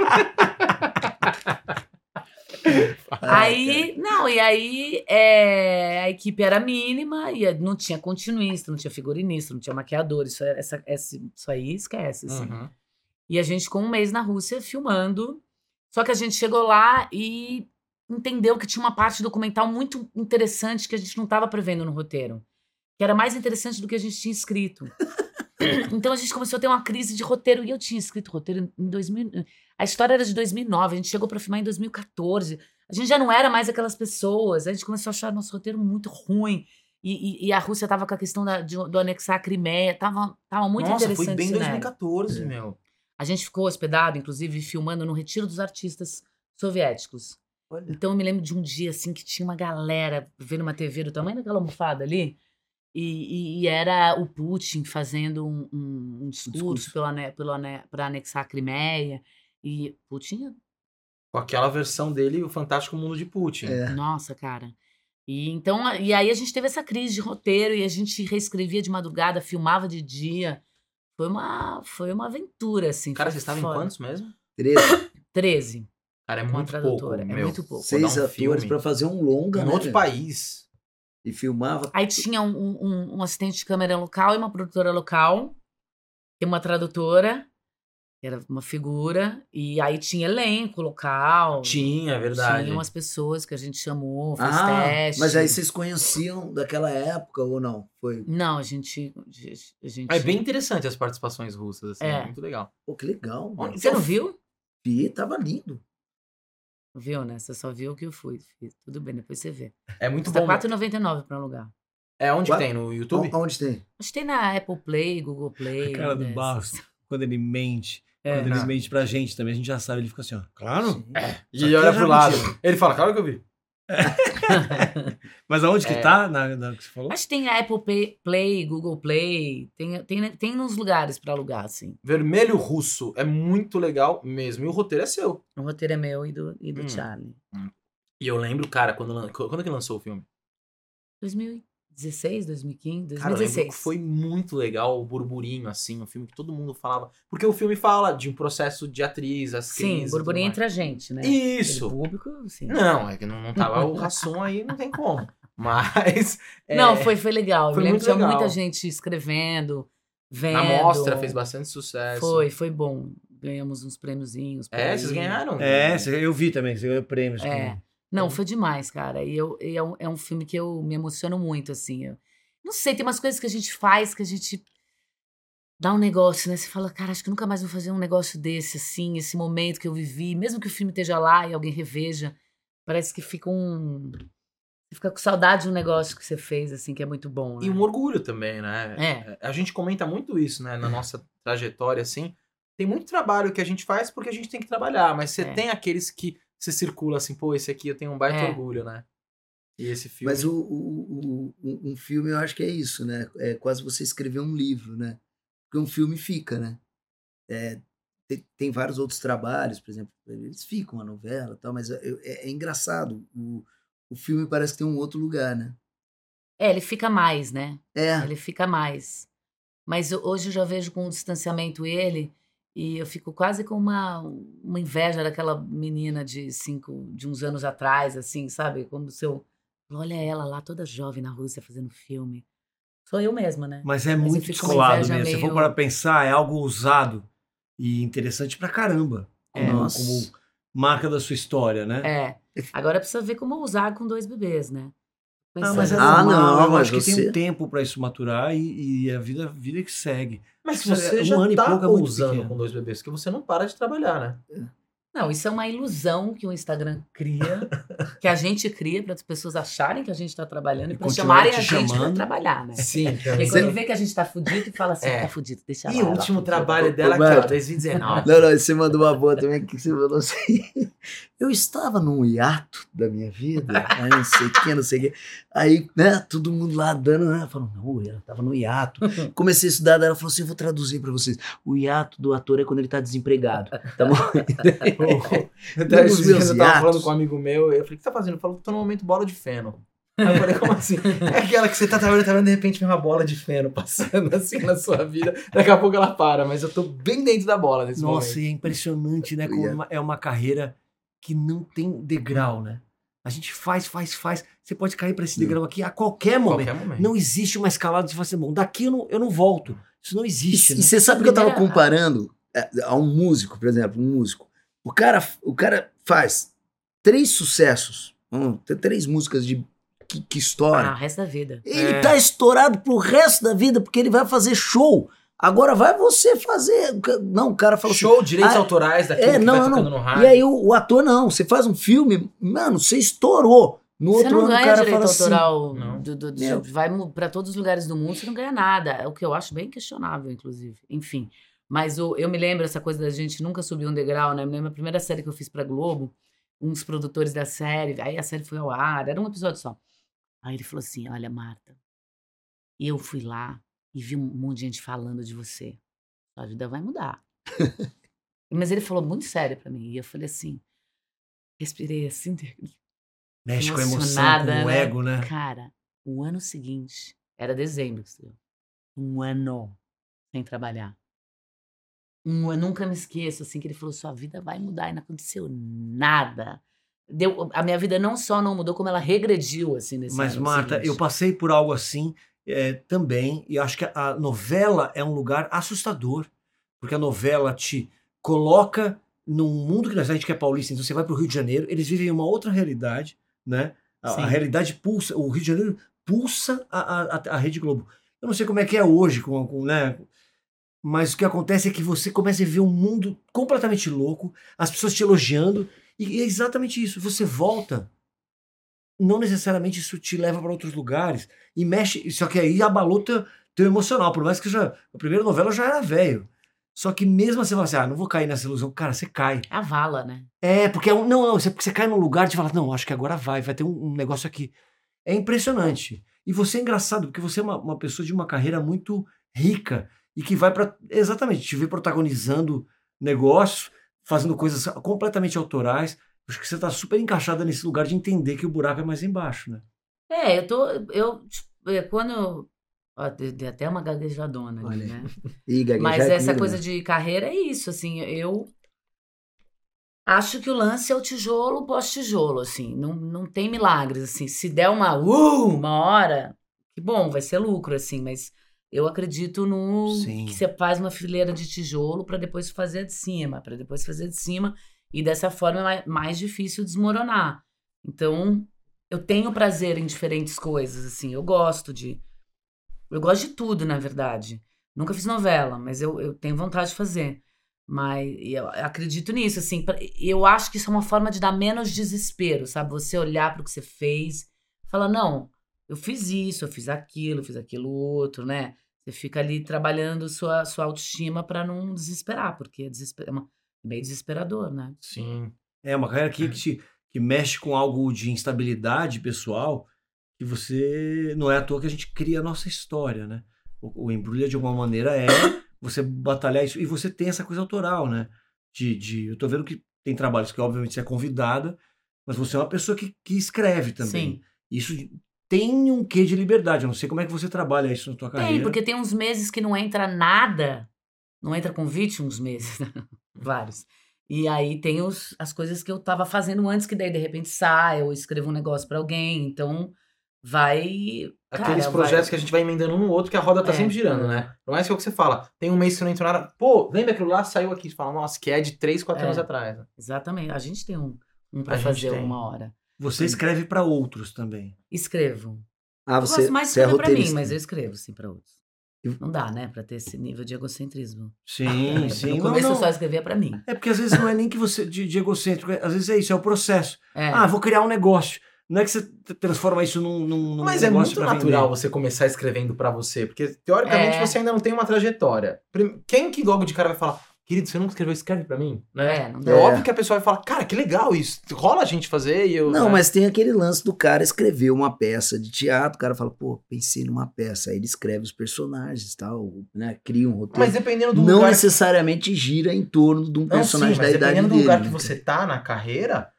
Ah, aí, não, e aí é, a equipe era mínima, e não tinha continuista, não tinha figurinista, não tinha maquiador, isso, é- essa, essa- isso aí esquece, assim. Uhum. E a gente com um mês na Rússia filmando, só que a gente chegou lá e entendeu que tinha uma parte documental muito interessante que a gente não estava prevendo no roteiro, que era mais interessante do que a gente tinha escrito. Então a gente começou a ter uma crise de roteiro, e eu tinha escrito roteiro em dois mil. A história era de dois mil e nove, a gente chegou para filmar em dois mil e quatorze. A gente já não era mais aquelas pessoas, a gente começou a achar nosso roteiro muito ruim. E, e- e a Rússia tava com a questão da- de- do anexar a Crimeia, tava, tava muito Nossa, interessante. foi bem isso, dois né? mil e quatorze, meu. A gente ficou hospedado, inclusive, filmando no Retiro dos Artistas Soviéticos. Olha. Então eu me lembro de um dia assim que tinha uma galera vendo uma T V do tamanho daquela almofada ali. E, e- e era o Putin fazendo um, um- um discurso, discurso. pelo ane, pelo ane, para anexar a Crimeia. E Putin, Com aquela versão dele, o Fantástico Mundo de Putin. É. nossa, cara. E, então, a- e aí a gente teve essa crise de roteiro e a gente reescrevia de madrugada, filmava de dia. Foi uma, foi uma aventura, assim. Cara, foi vocês estavam em foda. quantos mesmo? treze, treze. Cara, é Uma muito pouco, tradutora, é meu. muito pouco. Vou dar seis um atores filme pra fazer um longa, em né? outro velho? país. E filmava. Aí tinha um, um- um assistente de câmera local e uma produtora local, e uma tradutora, que era uma figura, e aí tinha elenco local. Tinha, é verdade. Tinha umas pessoas que a gente chamou, fez Ah, teste. mas aí vocês conheciam daquela época ou não? Foi. Não, a gente. A gente... É bem interessante as participações russas, assim, É. é muito legal. Pô, que legal. mano. Você não viu? Vi, tava lindo. Viu, né? Você só viu o que eu fui. Fiz. Tudo bem, depois você vê. É muito Custa bom. quatro reais e noventa e nove pra alugar. É onde que Quatro- tem? No YouTube? O- Onde tem? Acho que tem na Apple Play, Google Play. A cara do dessas. Barros, quando ele mente, É. quando ele Ah. mente pra gente também, a gente já sabe, ele fica assim, ó. Claro. Sim. E Só que olha eu pro já lado. menti. Ele fala, claro que eu vi. Mas aonde que É. tá? Na, na que você falou? Acho que tem Apple Pay- Play, Google Play. Tem, tem, tem nos lugares pra alugar, assim. Vermelho Russo é muito legal mesmo. E o roteiro é seu. O roteiro é meu e do, e do Hum. Charlie. E eu lembro, cara, quando, lan- quando que lançou o filme? dois mil e dezesseis, dois mil e quinze, Cara, eu lembro dois mil e dezesseis. que foi muito legal o burburinho, assim, um filme que todo mundo falava. Porque o filme fala de um processo de atriz, as Sim, crises e burburinho tudo entre a gente, né? mais. Isso! Aquele público, sim. Não, é que não, não tava o Rassum aí, não tem como. Mas. é, Não, foi, foi legal. foi eu lembro muito que tinha legal. muita gente escrevendo, vendo. Na mostra fez bastante sucesso. Foi, foi bom. Ganhamos uns prêmiozinhos. por É, aí. vocês ganharam? É, cê- eu vi também, você ganhou prêmios. É. com- Não, foi demais, cara. E, eu, e é, um, é um filme que eu me emociono muito, assim. Eu, não sei, tem umas coisas que a gente faz que a gente dá um negócio, né? Você fala, cara, acho que nunca mais vou fazer um negócio desse, assim, esse momento que eu vivi. Mesmo que o filme esteja lá e alguém reveja, parece que fica um... Você fica com saudade de um negócio que você fez, assim, que é muito bom, né? E um orgulho também, né? É. A gente comenta muito isso, né? Na nossa trajetória, assim. Tem muito trabalho que a gente faz porque a gente tem que trabalhar, mas você É. tem aqueles que você circula assim, pô, esse aqui eu tenho um baita É. orgulho, né? E esse filme. Mas o, o, o- um filme eu acho que é isso, né? É quase você escrever um livro, né? Porque um filme fica, né? É, tem, tem vários outros trabalhos, por exemplo, eles ficam, a novela e tal, mas é, é- é engraçado. O, o filme parece que tem um outro lugar, né? É, ele fica mais, né? É, Ele fica mais. Mas eu- hoje eu já vejo com o distanciamento ele e eu fico quase com uma, uma inveja daquela menina de cinco, de uns anos atrás, assim, sabe? Como se eu... Olha ela lá, toda jovem na Rússia fazendo filme. Sou eu mesma, né? Mas é Mas eu muito fico com uma descolado inveja mesmo. Se for meio- para pensar, é algo ousado e interessante pra caramba. É. Como, Nossa. como marca da sua história, né? É. Agora precisa ver como usar com dois bebês, né? Ah, Pensando mas é assim. Ah, normal. não, eu mas acho que tem você- um tempo pra isso maturar e, e a vida, a vida que segue. Mas Um você já ano e tá pouco é muito usando pequeno. com dois bebês, porque você não para de trabalhar, né? Não, isso é uma ilusão que o Instagram cria, que a gente cria para as pessoas acharem que a gente está trabalhando E e para continuarem chamarem a te gente para chamando. trabalhar, né? Sim, Porque quando vê que a gente tá fudido, fala assim, É. tá fudido, deixa E lá. o ela último fudida. trabalho dela aqui, ó, Roberto. dois mil e dezenove. Não, não, você mandou uma boa também, que você falou assim, eu estava num hiato da minha vida, aí não sei o que, não sei o que, aí, né, todo mundo lá dando, né, falando, não, ela estava no hiato, comecei a estudar, daí ela falou assim, eu vou traduzir pra vocês, o hiato do ator é quando ele tá desempregado, tá bom? Até Um dos esses meus dias eu tava hiatos. falando com um amigo meu, eu falei, o que você tá fazendo? Ele falou, tô no momento bola de feno. Aí eu falei, como assim? É aquela que você tá trabalhando, trabalhando, de repente vem uma bola de feno passando assim na sua vida, daqui a pouco ela para, mas eu tô bem dentro da bola nesse Nossa, momento. e é impressionante, né? Como Yeah. uma- é uma carreira que não tem degrau, né? A gente faz, faz, faz. Você pode cair para esse Não. degrau aqui a qualquer momento. Qualquer momento. Não existe uma escalada de você fala assim, bom, daqui eu não, eu não volto. Isso não E, existe, e né? você sabe que eu tava Primeira- comparando é, a um músico, por exemplo, um músico, o cara, o cara faz três sucessos, hum, tem três músicas de, que, que Ah, estouram, o resto da vida. ele É. tá estourado pro resto da vida, porque ele vai fazer show. Agora vai você fazer. Não, o cara falou assim. Show, direitos ah, autorais daquilo É, que não, vai não, tocando não. no rádio. E aí o, o ator não. Você faz um filme, mano, você estourou. No Você outro não ano o ganha cara direito fala assim. autoral, Não. do, do, do- Meu. vai para todos os lugares do mundo, você não ganha nada. É o que eu acho bem questionável, inclusive. Enfim. Mas o, eu me lembro essa coisa da gente nunca subir um degrau, né? Eu me lembro a primeira série que eu fiz pra Globo, uns produtores da série, aí a série foi ao ar, era um episódio só. Aí ele falou assim: olha, Marta, eu fui lá e vi um monte de gente falando de você. Sua vida vai mudar. Mas ele falou muito sério pra mim. E eu falei assim, respirei assim, Mexe com a emoção, com emocionada, o né? ego, né? Cara, o ano seguinte, era dezembro, entendeu? Um ano sem trabalhar. Um, eu nunca me esqueço, assim, que ele falou, sua vida vai mudar e não aconteceu nada. Deu, a minha vida não só não mudou, como ela regrediu, assim, nesse Mas, ano Marta, seguinte. eu passei por algo assim é, também, e acho que a, a novela é um lugar assustador, porque a novela te coloca num mundo que nós, a gente que é paulista, então você vai para o Rio de Janeiro, eles vivem uma outra realidade, né? A, Sim. a realidade pulsa, o Rio de Janeiro pulsa a, a, a Rede Globo. Eu não sei como é que é hoje, com, com, né? Mas o que acontece é que você começa a ver um mundo completamente louco, as pessoas te elogiando, e é exatamente isso. Você volta, não necessariamente isso te leva para outros lugares, e mexe, só que aí abalou teu, teu emocional, por mais que já, a primeira novela eu já era velho. Só que mesmo assim, você fala assim, ah, não vou cair nessa ilusão. Cara, você cai. A vala, né? É, porque é um, não, não, você, porque você cai num lugar e fala, não, acho que agora vai, vai ter um, um negócio aqui. É impressionante. E você é engraçado, porque você é uma, uma pessoa de uma carreira muito rica e que vai para exatamente, te ver protagonizando negócios, fazendo coisas completamente autorais. Acho que você tá super encaixada nesse lugar de entender que o buraco é mais embaixo, né? É, eu tô. Eu, tipo, é, quando eu. Ó, dei dei até uma gaguejadona ali, Olha aí. né? Ih, gaguejar Mas é essa comigo, coisa né? de carreira é isso, assim, eu acho que o lance é o tijolo pós-tijolo, assim, não, não tem milagres, assim, se der uma, uh, uma hora, que bom, vai ser lucro, assim, mas eu acredito no Sim. que você faz uma fileira de tijolo para depois fazer a de cima, para depois fazer a de cima, e dessa forma é mai- mais difícil desmoronar. Então, eu tenho prazer em diferentes coisas, assim, eu gosto de, eu gosto de tudo, na verdade. Nunca fiz novela, mas eu, eu tenho vontade de fazer. Mas eu acredito nisso, assim. pra- Eu acho que isso é uma forma de dar menos desespero, sabe? Você olhar para o que você fez, falar, não, eu fiz isso, eu fiz aquilo, eu fiz aquilo outro, né? Você fica ali trabalhando sua, sua autoestima para não desesperar, porque é, desesper... é uma- meio desesperador, né? Sim. É uma carreira que, que, te- que mexe com algo de instabilidade pessoal, que você. Não é à toa que a gente cria a nossa história, né? O, o Embrulha, de alguma maneira, é você batalhar isso. E você tem essa coisa autoral, né? De, de, eu tô vendo que tem trabalhos que, obviamente, você é convidada, mas você é uma pessoa que, que escreve também. Sim. Isso tem um quê de liberdade. Eu não sei como é que você trabalha isso na tua carreira. Tem, porque tem uns meses que não entra nada, não entra convite uns meses, vários. E aí tem os, as coisas que eu tava fazendo antes, que daí de repente sai, eu escrevo um negócio pra alguém, então vai... Aqueles cara, projetos vai... que a gente vai emendando um no outro, que a roda tá É. sempre girando, né? Por mais que é o que você fala. Tem um mês que eu não entro nada. Pô, lembra aquilo lá? Saiu aqui. Você fala, nossa, que é de três, quatro É. anos atrás. Exatamente. A gente tem um, um pra A gente fazer tem. uma hora. Você escreve pra outros também. Escrevo. Ah, Eu você, gosto mais de você é escrever pra mim, roteirista. mas eu escrevo, sim, pra outros. E- Não dá, né? Pra ter esse nível de egocentrismo. Sim, sim. No Não, começo não. eu só escrevia pra mim. É porque às vezes não é nem que você de, de egocêntrico, às vezes é isso, é o processo. É. Ah, vou criar um negócio. Não é que você t- transforma isso num, num, num Mas é negócio muito pra natural vender. você começar escrevendo pra você, porque teoricamente É. você ainda não tem uma trajetória. Prim- Quem que logo de cara vai falar, querido, você nunca escreveu, escreve pra mim? Né? É, não É, dá. É. óbvio que a pessoa vai falar, cara, que legal isso, rola a gente fazer e eu... Não, né? mas tem aquele lance do cara escrever uma peça de teatro, o cara fala, pô, pensei numa peça, aí ele escreve os personagens e tal, né, cria um roteiro. Mas dependendo do não lugar... necessariamente gira em torno de um Não, personagem sim, mas da idade dependendo dele. do lugar né, que cara? você tá na carreira,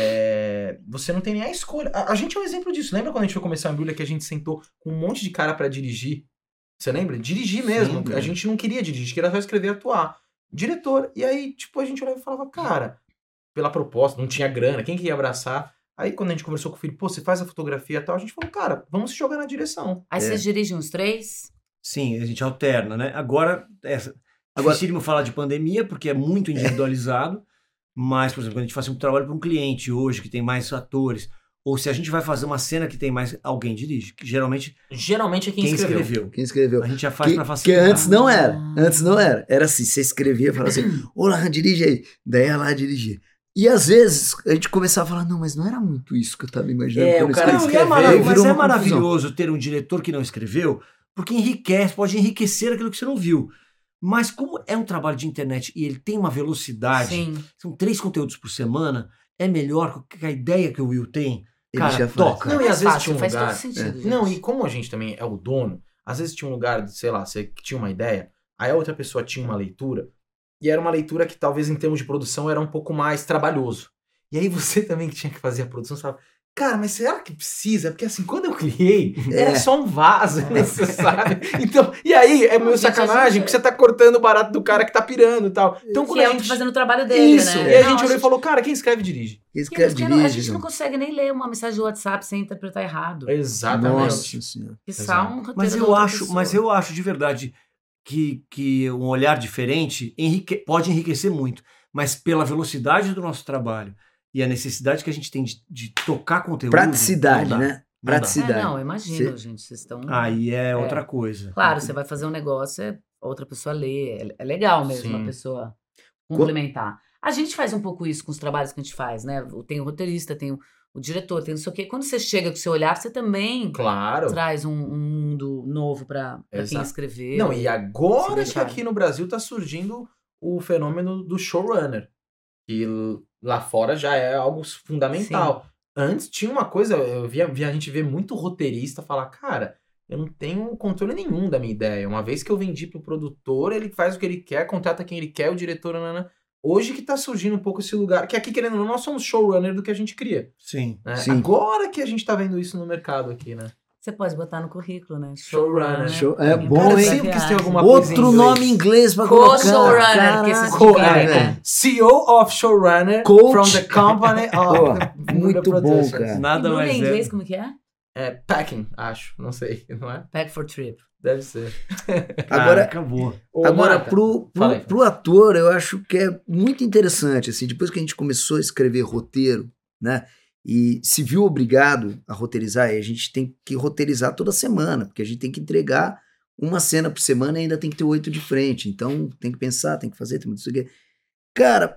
é, você não tem nem a escolha. A, a gente é um exemplo disso. Lembra quando a gente foi começar a Embrulha que a gente sentou com um monte de cara pra dirigir? Você lembra? Dirigir mesmo. Sim, a cara. gente não queria dirigir, a gente queria só escrever e atuar. Diretor. E aí, tipo, a gente olhava e falava, cara, pela proposta, não tinha grana, quem que ia abraçar? Aí quando a gente conversou com o filho, pô, você faz a fotografia e tal, a gente falou, cara, vamos se jogar na direção. Aí É. vocês dirigem os três? Sim, a gente alterna, né? Agora, é Agora- dificílimo falar de pandemia, porque é muito individualizado, mas, por exemplo, quando a gente faz um trabalho para um cliente hoje, que tem mais atores, ou se a gente vai fazer uma cena que tem mais, alguém dirige, que geralmente Geralmente é quem, quem escreveu. escreveu. Quem escreveu? A gente já faz Que, para que facilitar. antes não era. Ah. Antes não era. Era assim, você escrevia e falava assim, ô Larran, dirige aí. Daí ela lá dirigir. E às vezes a gente começava a falar, não, mas não era muito isso que eu tava imaginando. É, quando o eu cara escrevi. Não, e é escreveu, marav- Aí mas virou é uma confusão. maravilhoso ter um diretor que não escreveu, porque enriquece, pode enriquecer aquilo que você não viu. Mas como é um trabalho de internet e ele tem uma velocidade, Sim. são três conteúdos por semana, é melhor que a ideia que o Will tem. Ele Cara, já faz. toca. Não, e Mais às vezes fácil, tinha um faz lugar- todo sentido, gente. Não, e como a gente também é o dono, às vezes tinha um lugar, de, sei lá, você que tinha uma ideia, aí a outra pessoa tinha uma leitura, e era uma leitura que talvez em termos de produção era um pouco mais trabalhoso. E aí você também que tinha que fazer a produção, você falava, cara, mas será que precisa? Porque assim, quando eu criei, era É. só um vaso necessário. Então, e aí é meio Gente, a sacanagem, gente- porque você tá cortando o barato do cara que tá pirando e tal. Então, quando Que é a o gente... que fazendo o trabalho dele, Isso, né? e aí a Não, gente olhou e falou, cara, quem escreve dirige. Quem Porque escreve porque não- a dirige. gente não consegue nem ler uma mensagem do WhatsApp sem interpretar errado. Exatamente. Nossa senhora. Que Exato. só um roteiro Mas da eu outra acho, pessoa. mas eu acho de verdade que, que um olhar diferente enrique- pode enriquecer muito, mas pela velocidade do nosso trabalho e a necessidade que a gente tem de, de tocar conteúdo. Praticidade, não dá. né? Não dá. Praticidade. É, não, eu imagino, Cê- gente. Vocês estão. Aí é outra coisa. Claro, você vai fazer um negócio, é outra pessoa lê. É, é legal mesmo Sim. a pessoa complementar. A gente faz um pouco isso com os trabalhos que a gente faz, né? Tem o roteirista, tem o, o diretor, tem não sei o quê. Quando você chega com o seu olhar, você também Claro. traz um, um mundo novo pra, pra quem Exato. escreveu. Não, e agora Se que deixar. aqui no Brasil tá surgindo o fenômeno do showrunner. Que l- lá fora já é algo fundamental. Antes tinha uma coisa, eu via, via a gente ver muito roteirista falar, cara, eu não tenho controle nenhum da minha ideia. Uma vez que eu vendi pro produtor, ele faz o que ele quer, contrata quem ele quer, o diretor, nanana. Hoje que tá surgindo um pouco esse lugar, que aqui, querendo ou não, nós somos showrunner do que a gente cria. Sim. Né? Sim. Agora que a gente tá vendo isso no mercado aqui, né? Você pode botar no currículo, né? Showrunner. Show- é Minha bom, Cara, hein? eu sempre quis ter alguma coisa em Outro inglês. nome em inglês pra colocar. Co-showrunner, que esses Caraca, de é, velho, velho. né? C E O of Showrunner Coach. from the company of Pô, the muito the bom, productions. cara. Nada Embrulha mais em inglês, é. como que é? É packing, acho. Não sei, não é? Pack for trip. Deve ser. Agora- Ah, acabou. Ô, Agora, Marta, pro, fala pro, aí. pro ator, eu acho que é muito interessante, assim, depois que a gente começou a escrever roteiro, né, e se viu obrigado a roteirizar, e a gente tem que roteirizar toda semana, porque a gente tem que entregar uma cena por semana e ainda tem que ter oito de frente, então tem que pensar, tem que fazer, tem que não sei o quê. Cara,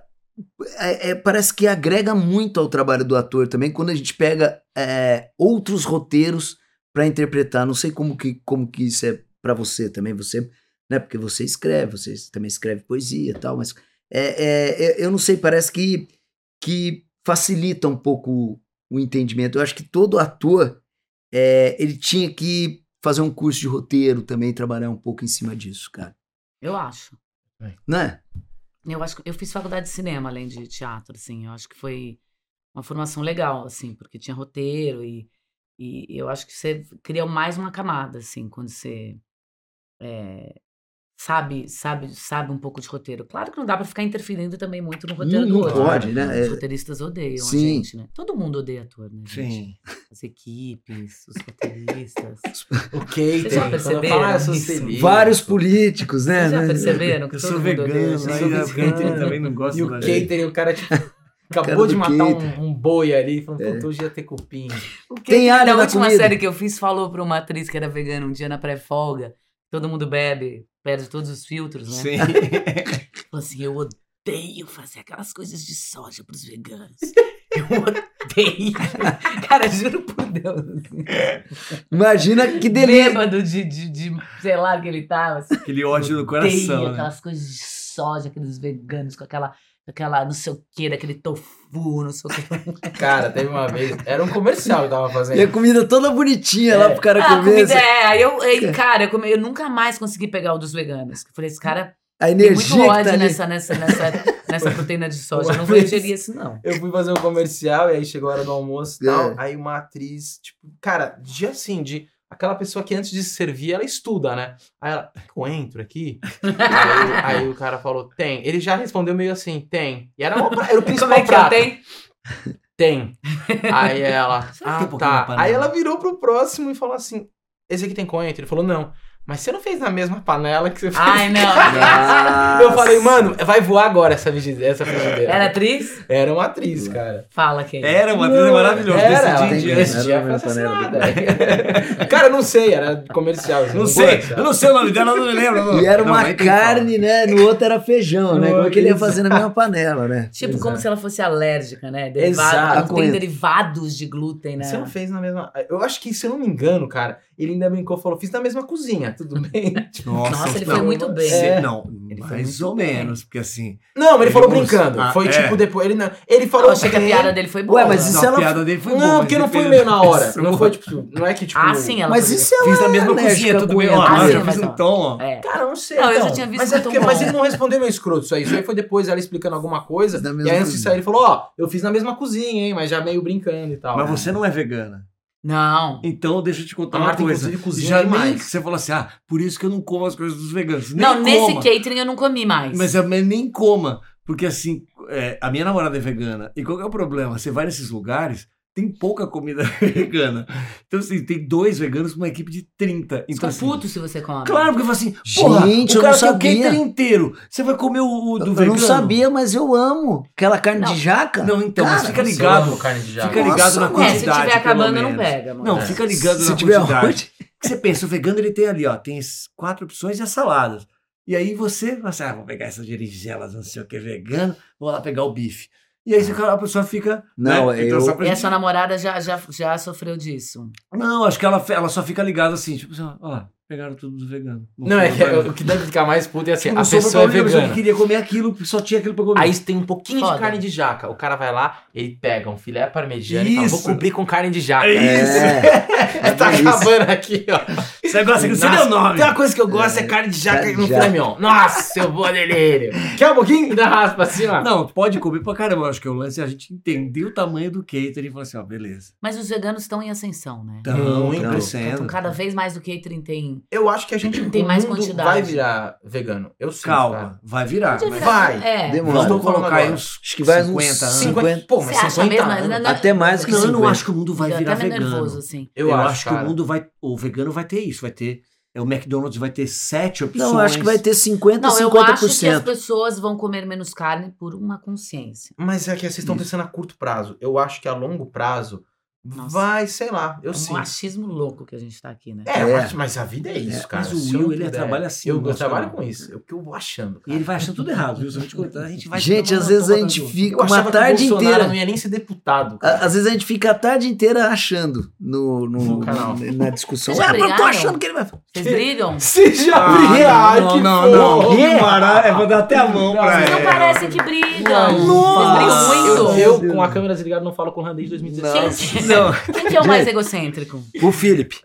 é- é- parece que agrega muito ao trabalho do ator também, quando a gente pega é, outros roteiros para interpretar, não sei como que, como que isso é para você também, você... Né? Porque você escreve, você também escreve poesia e tal, mas é, é, é- eu não sei, parece que, que facilita um pouco o entendimento. Eu acho que todo ator, é, ele tinha que fazer um curso de roteiro também, trabalhar um pouco em cima disso, cara. Eu acho. Né? Eu acho que eu fiz faculdade de cinema além de teatro, assim. Eu acho que foi uma formação legal, assim, porque tinha roteiro e, e eu acho que você cria mais uma camada, assim, quando você é, sabe, sabe, sabe um pouco de roteiro. Claro que não dá pra ficar interferindo também muito no roteiro Não, do não outro. pode, né? Os É. roteiristas odeiam Sim. a gente, né? Todo mundo odeia ator, né, gente? Sim. As equipes, os roteiristas. O catering. Vocês já quando eu perceberam falo, ah, eu sou isso? celíaco. Vários políticos, né? Vocês já né? perceberam que Eu todo sou mundo odeia a vegano, gente? aí sou a vegano. catering também não gosta E o da gente. catering, o cara, tipo, acabou cara de do matar catering. um, um boi ali, falando, É. puta, hoje ia ter cupim. O que Tem que alho da na última comida? série que eu fiz falou pra uma atriz que era vegana um dia na pré-folga, todo mundo bebe, perde todos os filtros, né? Sim. Falou assim, eu odeio fazer aquelas coisas de soja pros veganos. Eu odeio. Cara, juro por Deus. Assim. Imagina que delícia. Bêbado de, de, de, sei lá, que ele tava. Assim, Aquele ódio no odeio coração, né? aquelas coisas de soja, aqueles veganos com aquela, aquela não sei o que, daquele tofu, não sei o que. Cara, teve uma vez, era um comercial que eu tava fazendo. E a comida toda bonitinha lá pro cara Ah, a comer. comida é. Aí eu, aí, cara, eu, come- eu nunca mais consegui pegar o dos veganos. Eu falei, esse cara A tem energia muito que ódio tá ali. nessa, nessa, nessa, nessa proteína de soja. Eu não Uma vou vez- ingerir isso, não. Eu fui fazer um comercial e aí chegou a hora do almoço e tal. É. Aí uma atriz, tipo, cara, de assim, de aquela pessoa que antes de se servir, ela estuda, né? Aí ela, eu entro aqui? aí, aí o cara falou, tem. Ele já respondeu meio assim, tem. E era, uma, pra- era o principal Como é que é? prato. Tem? Tem. Aí ela, Sabe que ah, tem um pouquinho na tá. panela? Aí ela virou pro próximo e falou assim, esse aqui tem coentro? Ele falou, não. Mas você não fez na mesma panela que você fez? Ai, não. Eu falei, mano, vai voar agora essa frigideira. Essa frigideira. Era atriz? Era uma atriz, cara. Fala quem. Era uma atriz maravilhosa. Era, Desse ela dia em tem- diante. esse Era dia na foi minha panela assassinada. Cara, eu não sei, era comercial. Não sei, eu não sei o nome dela, eu não me lembro. não. E era Não, uma aí tem que falar. carne, né? No outro era feijão, né? No Como é que ele ia outro- fazer na mesma panela, né? Tipo, Exato. como se ela fosse alérgica, né? Derivado, Exato. tem Coentro. derivados de glúten, né? Você não fez na mesma. Eu acho que, se eu não me engano, cara, ele ainda brincou, falou, fiz na mesma cozinha, tudo bem? Tipo, Nossa, ele não, foi muito bem. Cê- É. não, Ele foi mais muito ou bem. menos, porque assim... Não, mas ele, Ele falou mostrou- brincando. Ah, foi é. tipo depois. Ele, não, ele falou. Eu achei que a bem. piada dele foi boa. Ué, mas Não, isso a ela- piada dele foi boa. Não, mas porque não ele foi fez- meio na hora. Isso, Não foi tipo. Não é que tipo. Ah, sim, ela Mas foi- isso é Fiz na mesma alérgica cozinha, tudo com bem. ele. Ó, Ah, mas sim, eu fiz mas um ó. tom, ó. É. Cara, não sei. Não, eu já então. tinha visto mas, um é porque, tom mas bom. ele não respondeu meu escroto isso aí. Isso aí foi depois ela explicando alguma coisa. Fiz na E mesma aí antes de cozinha. sair, ele falou: Ó, eu fiz na mesma cozinha, hein? Mas já meio brincando e tal. Mas você não é vegana. Não. Então, deixa eu te contar A uma Marta, coisa. inclusive, cozinha Já demais. nem que você falou assim, ah, por isso que eu não como as coisas dos veganos. Nem Não, nesse coma. catering eu não comi mais. Mas, é, mas nem coma. Porque assim, é, a minha namorada é vegana. E qual que é o problema? Você vai nesses lugares, tem pouca comida vegana. Então, assim, tem dois veganos com uma equipe de trinta. Então, Fica assim, puto se você come. claro, porque eu falo assim, porra, Gente, o eu cara não tem o sabia. catering inteiro. Você vai comer o, o do Eu vegano? não sabia, mas eu amo. Aquela carne Não. de jaca. Não, então, mas Cara, fica Eu ligado. amo carne de jaca. Fica ligado Nossa, na mano. É, quantidade. se tiver pelo acabando, não menos. pega, mano. Não, É. fica ligado Se na tiver quantidade. onde? Que você pensa, o vegano ele tem ali, ó, tem as quatro opções e as saladas. E aí você vai assim, ah, vou pegar essas berinjelas, não sei o que, vegano, vou lá pegar o bife. E aí você- a pessoa fica. Não, né? eu- só pra E a gente- sua namorada já, já, já sofreu disso. Não, acho que ela, ela só fica ligada assim, tipo assim, ó, pegaram tudo do vegano. Não, é que sobra pra mim. o que deve ficar mais puto é assim: Tipo, a não sobra pessoa é pra mim, a pessoa que vegana. queria comer aquilo, só tinha aquilo pra comer. Aí tem um pouquinho Foda. de carne de jaca. O cara vai lá, ele pega um filé parmegiana e fala, vou Isso. cobrir com carne de jaca. É, tá delícia. acabando aqui, ó. Você gosta que você Nossa, deu nome. Tem uma coisa que eu gosto, é, carne de jaca carne no de jaca. filé mignon. Nossa, eu vou delírio. Quer um pouquinho? Me dá raspa assim, ó. Não, pode comer pra caramba. Eu acho que o lance é a gente entender o tamanho do catering e falar assim, ó, beleza. Mas os veganos estão em ascensão, né? Então, Muito. Então, crescendo. cada vez mais o catering tem... Eu acho que a gente Tem o mais mundo quantidade. vai virar vegano. Eu sinto, Calma, cara. vai virar. Podia mas- virar- vai. É. Demora. Vamos Tô falando colocar aí agora. uns Acho que vai uns cinquenta anos. cinquenta. Pô, mas Você acha cinquenta mesmo? anos. Não, Até mais que Não, eu cinquenta. não acho que o mundo vai Fica virar até meio vegano. nervoso, assim. Eu, Eu, acho, acho que cara. o mundo vai. O vegano vai ter isso, vai ter. é, O McDonald's vai ter sete opções. Não, acho que vai ter cinquenta, Não, eu cinquenta acho por que as cento. pessoas vão comer menos carne por uma consciência. Mas é que vocês estão Isso. pensando a curto prazo. Eu acho que a longo prazo Nossa. vai, sei lá, eu É um sinto. machismo louco que a gente tá aqui, né? É, É. Mas, mas a vida é isso, É, cara. mas o Se Will, eu ele puder- trabalha assim, Eu, no eu nosso trabalho canal. com isso. É o que eu vou achando, E cara. ele vai achando tudo errado, viu? Se eu te contar, a gente vai. Gente, tomar às uma vezes a toma gente da outra. fica Eu achava uma que o tarde Bolsonaro inteira. não ia nem ser deputado, cara. A- Às vezes a gente fica a tarde inteira achando no, no, No canal. na discussão. Vocês já Ah, mas eu tô brigaram? achando que ele vai. Vocês brigam? Você já Ah, briga? Ai, não, que não, não. fofo. Que mara- Eu vou dar até a mão pra Vocês não ela. parecem que brigam. Nossa. Vocês brigam Eu, muito. eu, Deus. com a câmera desligada, não falo com o Han desde dois mil e dezesseis. Quem, Não. quem que é o mais egocêntrico? O Felipe.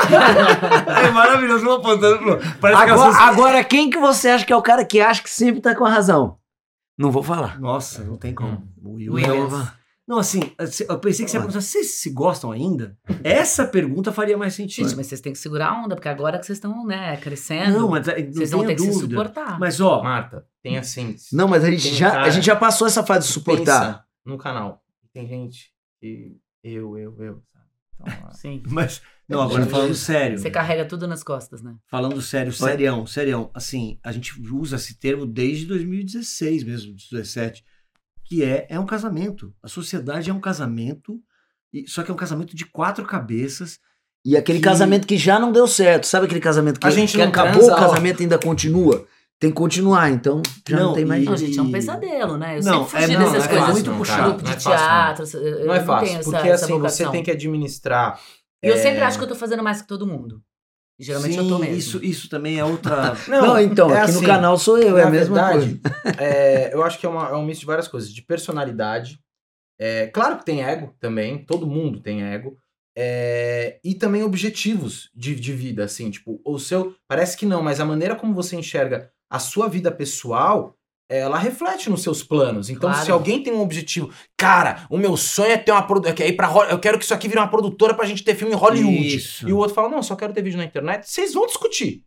É maravilhoso, vou apontando pro. Parece que Agora, elas- agora, quem que você acha que é o cara que acha que sempre tá com a razão? Não vou falar. Nossa, não tem como. O Will Williams. é- Não, assim, eu pensei que você ia perguntar, vocês se gostam ainda? Essa pergunta faria mais sentido. Gente, mas vocês têm que segurar a onda, porque agora que vocês estão, né, crescendo, Não, mas não vocês vão ter tenho que se dúvida. suportar. Mas, ó, Marta, tem assim. Não, mas a gente, Tem já, cara a gente já passou essa fase de suportar. Pensa no canal. Tem gente que eu, eu, eu, sabe? Então, Sim. mas... Não, agora Gente, falando sério. Você carrega tudo nas costas, né? Falando sério, serião, serião. Assim, a gente usa esse termo desde dois mil e dezesseis mesmo, dezessete, que é, é um casamento. A sociedade é um casamento, e, só que é um casamento de quatro cabeças. E aquele Que- casamento que já não deu certo. Sabe aquele casamento que, A gente que não acabou, transa, o ó. casamento ainda continua? Tem que continuar, então já não, Não, tem mais e- Não, jeito. gente, é um pesadelo, né? Eu Não, sempre fugi é- não, dessas é coisas. muito não, puxado. cara. Grupo Não é de fácil, não. teatro, eu Não é não fácil, tenho essa, porque essa assim, você vocação. tem que administrar. E eu é, sempre acho que eu tô fazendo mais que todo mundo. E geralmente Sim, eu tô mesmo. Isso, isso também é outra... Não, então, é aqui assim, no canal sou eu, é a na mesma verdade, coisa. é, eu acho que é, uma- é um misto de várias coisas. De personalidade. É, claro que tem ego também. Todo mundo tem ego. É, e também objetivos de, de vida, assim. Tipo, o seu... Parece que não, mas a maneira como você enxerga a sua vida pessoal... Ela reflete nos seus planos. Então, Claro. se alguém tem um objetivo, cara, o meu sonho é ter uma produtora, ir para eu quero que isso aqui vire uma produtora pra gente ter filme em Hollywood. Isso. E o outro fala, não, só quero ter vídeo na internet. Vocês vão discutir.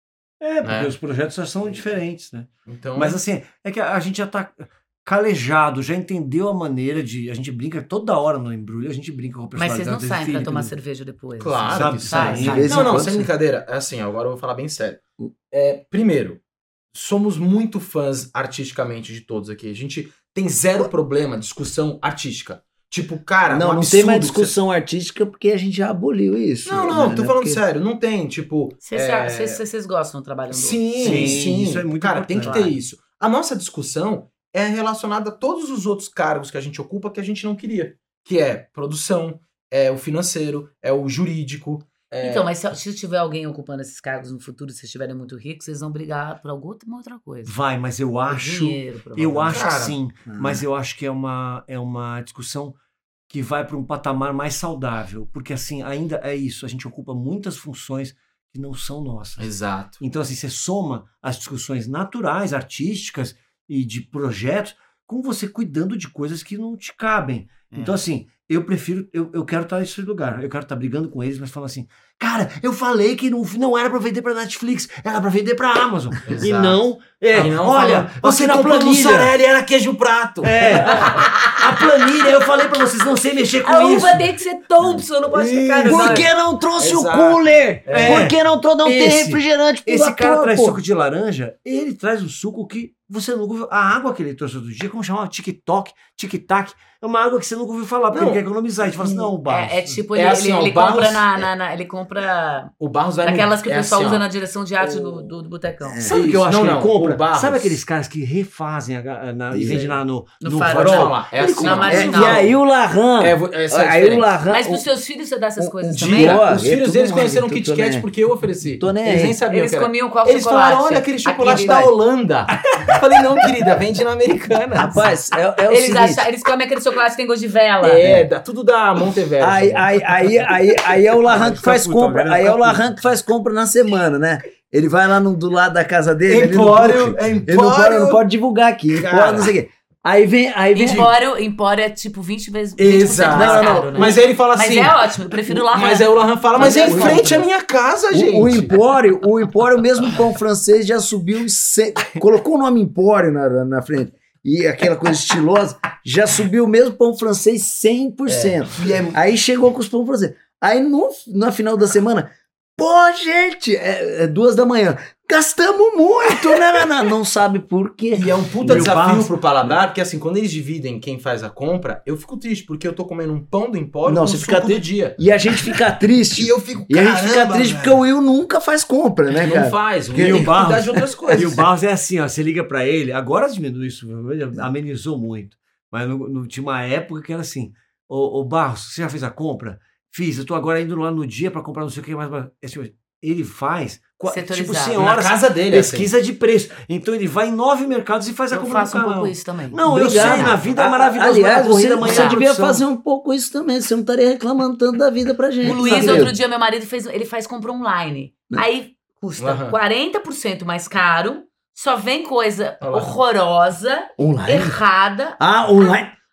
É, porque né? os projetos já são diferentes, né? Então, Mas assim, é que a, a gente já tá calejado, já entendeu a maneira de... A gente brinca toda hora no Embrulho, a gente brinca com a Mas vocês não personalidade do saem pra Felipe, tomar do- cerveja depois. claro sabe, que sai, sai. de vez em Não, não, quando, sem sim. brincadeira. É assim, agora eu vou falar bem sério. É, primeiro, somos muito fãs artisticamente de todos aqui. A gente tem zero problema, discussão artística. Tipo, cara, Não, um não tem mais absurdo que você- discussão artística porque a gente já aboliu isso. Não, não, né? tô falando Porque- sério. Não tem, tipo... Vocês, é, vocês, vocês gostam do trabalho do outro? Sim, Sim, sim, isso é muito cara, tem que importante. ter isso. A nossa discussão é relacionada a todos os outros cargos que a gente ocupa que a gente não queria. Que é produção, é o financeiro, é o jurídico. é- Então, mas se, se tiver alguém ocupando esses cargos no futuro, se vocês estiverem muito ricos, vocês vão brigar por alguma outra coisa. Vai, mas eu Por acho... dinheiro, Eu provavelmente. acho que Cara, sim, Ah. mas eu acho que é uma, é uma discussão que vai para um patamar mais saudável, porque assim, ainda é isso, a gente ocupa muitas funções que não são nossas. Exato. Então assim, você soma as discussões naturais, artísticas e de projetos com você cuidando de coisas que não te cabem. É. Então assim, eu prefiro, eu, eu quero estar nesse lugar, eu quero estar brigando com eles, mas falando assim, cara, eu falei que não, não era pra vender pra Netflix, era pra vender pra Amazon. E Exato. não, é, E não olha, falando, você na comprou planilha... mussarela e era queijo prato. É, a, a planilha, eu falei pra vocês, não sei mexer com A isso. uva tem que ser Thompson, não pode ficar... Isso. Por que não trouxe Exato. o cooler? É. Por que não trouxe? Não tem Esse- refrigerante pro Esse ator, cara traz pô? suco de laranja, ele traz um suco que você nunca ouviu. A água que ele trouxe outro dia, como chamava? Tic-toc, tic-tac. É uma água que você nunca ouviu falar, porque Não. ele quer economizar. A gente fala assim, não, Barros. É, é tipo, É ele, assim, ele, ó, ele o Barros- compra na, na- na- ele compra O Barros vai... daquelas que o é pessoal assim, usa ó. na direção de arte O- do, do, do Botecão. É. Sabe o que eu Isso. acho Não, que não, ele compra? o Barros- Sabe aqueles caras que refazem a, na, e Isso vendem aí. lá no, No no farol. Vou te falar, é Ele assim, Na ó. marginal. É, e aí o Larran, É, vo- essa é a aí o diferença. Larran, Mas pros o- seus filhos você dá essas um- coisas um também? dia- Dia, Ó, os eu filhos tô deles nem conheceram aí, Kit tô Kat nem aí. porque eu ofereci. Tô nem Eles aí. nem sabiam Eles que era. comiam qual Eles chocolate? falaram, olha aquele chocolate Aquele- da Holanda. Eu falei, não, querida, vende na Americana. Rapaz, é, é o Eles, seguinte. acham, eles comem aquele chocolate que tem gosto de vela. É, dá tudo da Monteverdi. Aí, aí, aí, aí, aí é o Larran que Fica faz puto, compra. agora Aí é fica o Larran que faz compra na semana, né? Ele vai lá no, do lado da casa dele. ele Empório, não, é ele não pode, Empório. não pode divulgar aqui. Cara. Empório, não sei o quê. Aí vem. Aí vem Empório, Empório é tipo vinte vezes vinte por cento Exato. mais Não, não, caro, não. né? Mas aí ele fala Mas assim... é ótimo, eu prefiro lá. Mas aí o Larran fala, mas Mas é é em muito frente à bom. minha casa, gente. O, o Empório, o Empório, mesmo pão francês, já subiu. Ce... Colocou o nome Empório na, na frente. E aquela coisa estilosa, já subiu mesmo pão francês cem por cento. E é- Aí chegou com os pão francês. Aí no, na final da semana, pô, gente, é, é duas da manhã. Gastamos muito, né? Não, não, não sabe por quê. E é um puta E o desafio Barros- pro paladar, porque assim, quando eles dividem quem faz a compra, eu fico triste, porque eu tô comendo um pão do Empório Não, com você suco fica do triste. dia. E a gente fica triste. E eu fico, E a gente fica caramba, triste velho. porque o Will nunca faz compra, né, Não cara? faz, o Porque- Will E o tem que cuidar Barros- de outras coisas. E o Barros é assim, ó, você liga pra ele, agora diminuiu isso, amenizou muito. Mas no, no- tinha uma época que era assim, ô, ô Barros, você já fez a compra? Fiz, eu tô agora indo lá no dia pra comprar não sei o que mais. Assim, ele faz, qua- tipo, Setorizado. senhoras, Na casa dele, pesquisa de preço. Então ele vai em nove mercados e faz a Eu compra faço no um canal. pouco isso também. Não, eu Obrigado. sei, na vida é A- maravilhoso. Aliás, vai na corrida você, amanhã, você devia produção. fazer um pouco isso também. Você não estaria reclamando tanto da vida pra gente. O Luiz, sabe? outro dia, meu marido, fez, ele faz compra online. Aí custa Aham. quarenta por cento mais caro, só vem coisa Olha lá. horrorosa, Online? errada. Ah, online.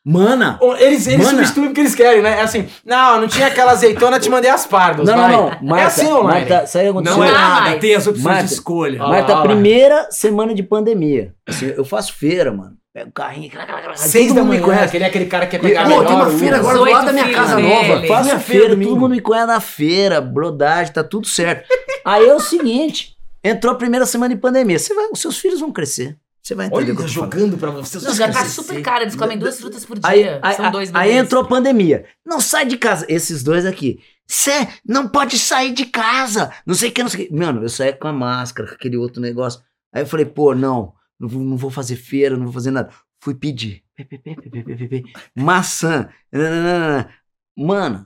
Mana! Eles, eles Mana. substituem porque eles querem, né? É assim, não, não tinha aquela azeitona, te mandei aspargos. Não, vai. não, não. Marta, é assim online. Marta, sabe o que aconteceu? Não é Não, nada, mas- tem as opções Marta, de escolha. Ó, Marta, lá, ó lá. primeira semana de pandemia. Assim, eu faço feira, mano. Pego o carrinho, clá, clá, clá, Seis todo da mundo manhã, me conhece. aquele, aquele cara que quer pegar Pô, melhor tem uma Uber. feira agora do Os lado da oito minha filhos casa dele. nova. Faço Minha feira, feira todo domingo. mundo me conhece na feira, brodagem, tá tudo certo. Aí é o seguinte, entrou a primeira semana de pandemia, você vai, os seus filhos vão crescer. Você vai entender o que eu Olha, tô falando. jogando pra você. Não, já tá super caro, eles comem duas frutas por Aí, dia. aí, São dois aí bebês. entrou a pandemia. Não sai de casa. Esses dois aqui. Você não pode sair de casa. Não sei o que, não sei o que. Mano, eu saí com a máscara, com aquele outro negócio. Aí eu falei, pô, não, não vou, não vou fazer feira, não vou fazer nada. Fui pedir. Pe, pe, pe, pe, pe, pe, pe. Maçã. Nananana. Mano,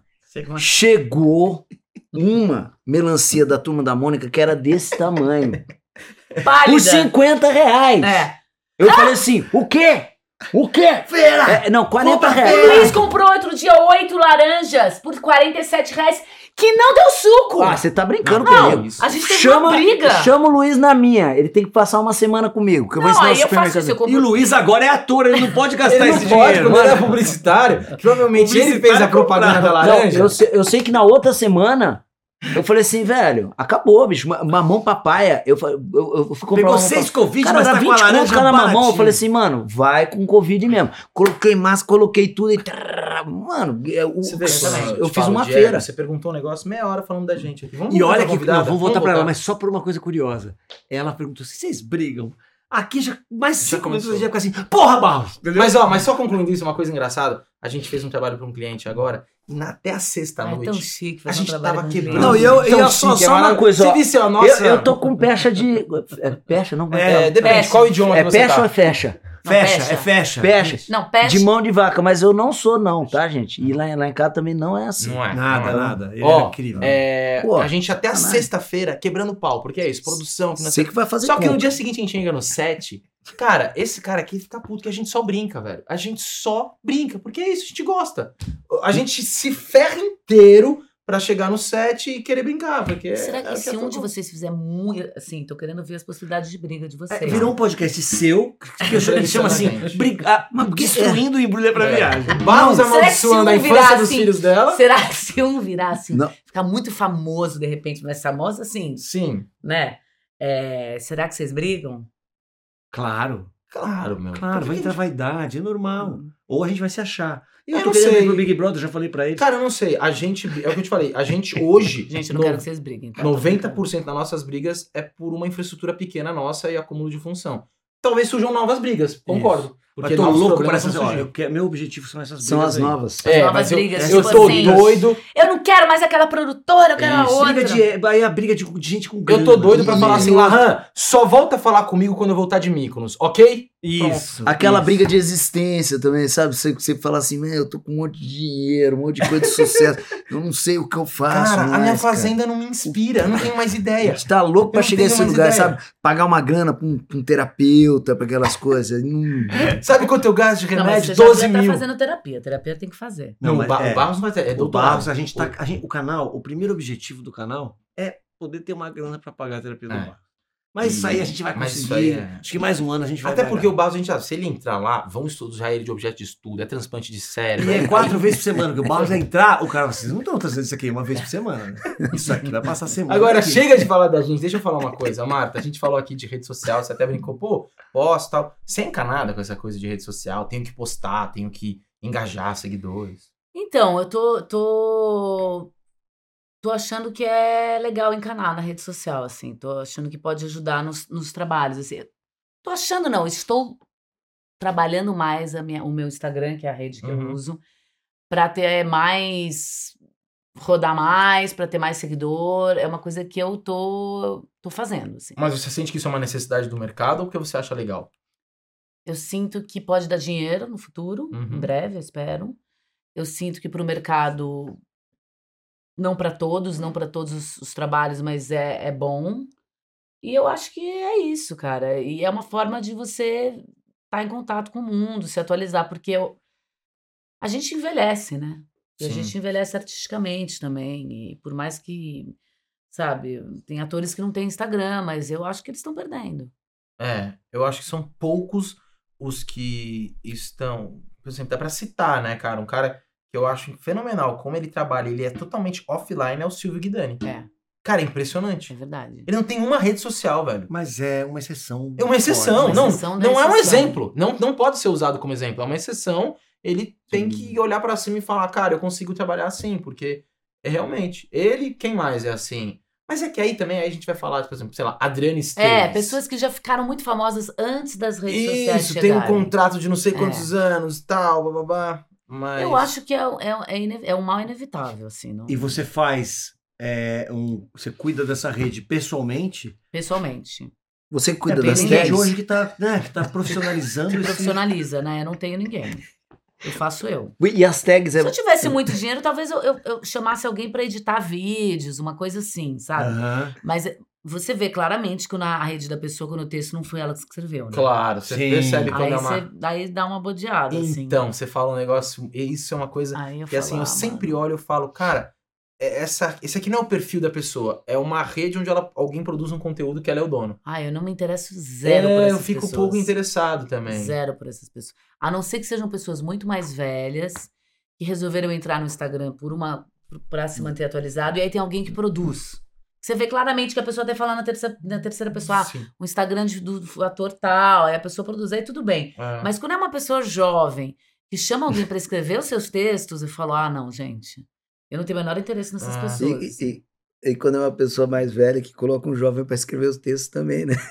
chegou uma melancia da Turma da Mônica que era desse tamanho. Pálida. Por cinquenta reais. É. Eu falei assim, o quê? O quê? Feira! É, não, quarenta O reais. Luiz comprou outro dia oito laranjas por quarenta e sete reais, que não deu suco. Ah, você tá brincando Não, comigo. isso. A gente teve Chama, uma briga. chama o Luiz na minha. Ele tem que passar uma semana comigo. Que eu vou Não, ensinar aí o eu faço supermercado. isso, eu E compro... o Luiz agora é ator, ele não pode gastar Ele não esse pode, dinheiro. quando ele é publicitário. Provavelmente ele fez a Publicitário propaganda da comprado. Não, laranja. eu, sei, eu sei que na outra semana eu falei assim, velho, acabou, bicho. ma- Mamão papaya. Eu, fa- eu, eu, eu fui comprar Pegou mamão seis papaya. Covid, Cara, mas era tá com a vinte conto laranja cada mamão. Eu baratinho. falei assim, mano, vai com Covid mesmo. Coloquei máscara, coloquei tudo e... trrr, Mano, é, o- Você vê, eu, eu te fiz falo, uma Diego, feira. Você perguntou um negócio meia hora falando da gente aqui. Vamos E voltar olha pra que. convidada? Não, vamos voltar pra ela, voltar. mas só por uma coisa curiosa. Ela perguntou se vocês brigam. Aqui já. Mais Já cinco minutos começou. a gente vai ficar assim, porra, Barros! Entendeu? Mas ó, mas só concluindo isso, uma coisa engraçada. A gente fez um trabalho pra um cliente agora, e na, até a Ah, sexta-noite. é tão chique A fazer gente um trabalho tava com quebrando. cliente. Não, e eu- Tão eu só- chique, é só uma maravilhoso. coisa, ó. Você visse a nossa... Eu, eu tô com pecha de... É pecha, não? É, depende, Pecha. qual idioma É que você pecha tá? ou é fecha? Não, fecha, fecha. é fecha. Pecha. Não, peste. De mão de vaca, mas eu não sou não, tá, gente? E lá, lá em casa também não é assim. Não é. Nada, não é. nada. Ele Ó, é incrível. é, Pô, a gente até a sacanagem. sexta-feira quebrando pau, porque é isso, produção, Você financeiro. que vai fazer Só que no conta. dia seguinte a gente chega no set, cara, esse cara aqui fica puto que a gente só brinca, velho. A gente só brinca, porque é isso, a gente gosta. A gente se ferra inteiro pra chegar no set e querer brincar, porque... Será é que o se é um de bom. vocês fizer muito... Assim, tô querendo ver as possibilidades de briga de É, vocês. virou um podcast seu, que eu chamo- ele chama assim, Gente. briga, ah, mas destruindo o embrulho pra É. viagem. Barros Não, será que se amaldiçoando um a virar infância dos assim- filhos dela. Será que se um virar assim, Não. ficar muito famoso de repente, mas famoso assim, Sim, né? É, será que vocês brigam? Claro, claro, meu. claro, Por vai que entrar que vaidade, é normal. Ou a gente vai se achar. Eu, Eu tô não querendo sei. ir pro Big Brother, já falei pra ele. Cara, eu não sei, a gente, é o que eu te falei, a gente hoje, Gente, eu não no- quero que vocês briguem. Tá? noventa por cento das nossas brigas é por uma infraestrutura pequena nossa e acúmulo de função. Talvez surjam novas brigas, concordo. Mas tô novos louco pra problemas essas. vão Ó, surgir. eu quero, meu objetivo são essas brigas. São as aí. novas. As É, novas mas eu, brigas, eu tipo tô assim. doido, Eu não quero mais aquela produtora, eu quero a Isso. outra. Briga de, aí a briga de, de gente com eu grana. tô doido pra E- falar assim, e- Lahan, só volta a falar comigo quando eu voltar de Mykonos, ok? Isso. Aquela isso. briga de existência também, sabe? Você, você fala assim, meu, eu tô com um monte de dinheiro, um monte de coisa de sucesso. Eu não sei o que eu faço. Cara, a mais, minha cara. fazenda não me inspira, eu não tenho mais A ideia. gente tá louco pra Eu não chegar tenho nesse mais lugar, ideia. sabe? Pagar uma grana pra um, pra um terapeuta, pra aquelas coisas. Hum. Sabe quanto eu gasto de Não, mas remédio? você já doze devia mil. tá fazendo terapia. Terapia tem que fazer. Não, Não, o, ba mas é. o Barros vai ter, é O doutorado. Barros, a gente tá. A gente, o canal, o primeiro objetivo do canal é poder ter uma grana pra pagar a terapia do É. Barros. Mas isso aí a gente vai Mas isso conseguir. aí é- Acho que mais um ano a gente vai Até pagar. porque o Barros, a gente sabe, se ele entrar lá, vão estudar ele de objeto de estudo, é transplante de cérebro. E é quatro vezes por semana, que o Barros vai entrar, o cara, vocês não estão trazendo isso aqui uma vez por semana, né? Isso aqui vai passar a semana. Agora, aqui. chega de falar da gente. Deixa eu falar uma coisa, Marta. A gente falou aqui de rede social, você até brincou, pô, posto e tal. Sem encanada com essa coisa de rede social. Tenho que postar, tenho que engajar seguidores. Então, eu tô, tô, tô achando que é legal encanar na rede social, assim. Tô achando que pode ajudar nos, nos trabalhos, assim. Tô achando, não. Estou trabalhando mais a minha, o meu Instagram, que é a rede que Uhum. eu uso, pra ter mais... rodar mais, pra ter mais seguidor. É uma coisa que eu tô, tô fazendo, assim. Mas você sente que isso é uma necessidade do mercado ou que você acha legal? Eu sinto que pode dar dinheiro no futuro, Uhum. em breve, eu espero. Eu sinto que para o mercado, não para todos, não para todos os, os trabalhos, mas é, é bom. E eu acho que é isso, cara. E é uma forma de você estar em contato com o mundo, se atualizar, porque eu- a gente envelhece, né? E a Sim. gente envelhece artisticamente também. E por mais que, sabe, tem atores que não têm Instagram, mas eu acho que eles estão perdendo. É, eu acho que são poucos os que estão por exemplo, dá pra citar, né, cara? Um cara que eu acho fenomenal, como ele trabalha, ele é totalmente offline, é o Silvio Guidani. É, Cara, é impressionante. é verdade. Ele não tem uma rede social, velho. Mas é uma exceção. É uma exceção, forte. não, exceção da não é um exceção. exemplo. Não, não pode ser usado como exemplo, é uma exceção. Ele tem que olhar pra cima e falar, cara, eu consigo trabalhar assim, porque é realmente. Ele, quem mais é assim? Mas é que aí também aí a gente vai falar, por exemplo, sei lá, Adriana Esteves. É, pessoas que já ficaram muito famosas antes das redes sociais Isso, tem um chegarem. contrato de não sei É. quantos anos e tal, bababá. Mas... Eu acho que é, é, é, ine- é um mal inevitável, assim, não... E você faz. é, um, você cuida dessa rede pessoalmente. pessoalmente. Você cuida tem das Tem ninguém. gente tags? hoje que tá, né, que tá profissionalizando Se esse- profissionaliza, né? Eu não tenho ninguém. Eu faço eu. E as tags Se é... eu tivesse muito dinheiro, talvez eu, eu, eu chamasse alguém pra editar vídeos, uma coisa assim, sabe? Aham. Mas é, você vê claramente que na rede da pessoa, quando o texto não foi ela que escreveu, né? Claro, você Sim. percebe quando Aí, é uma... você, aí dá uma bodeada, assim. Então, você fala um negócio... Isso é uma coisa Aí eu que, assim, falo, eu ah, sempre mano. olho e falo, cara... é- Essa, esse aqui não é o perfil da pessoa. É uma rede onde ela, alguém produz um conteúdo que ela é o dono. Ah, eu não me interesso zero por É, essas eu fico pessoas. um pouco interessado também. Zero por essas pessoas. A não ser que sejam pessoas muito mais velhas que resolveram entrar no Instagram por uma para se manter atualizado, e aí tem alguém que produz. Você vê claramente que a pessoa até fala na terceira, na terceira pessoa, ah, Sim. o Instagram de- do, do ator tal, aí a pessoa produz, aí tudo bem. É. Mas quando é uma pessoa jovem que chama alguém para escrever os seus textos, eu falo, ah, não, gente, eu não tenho o menor interesse nessas Ah. pessoas. E, e- e quando é uma pessoa mais velha que coloca um jovem pra escrever os textos também, né?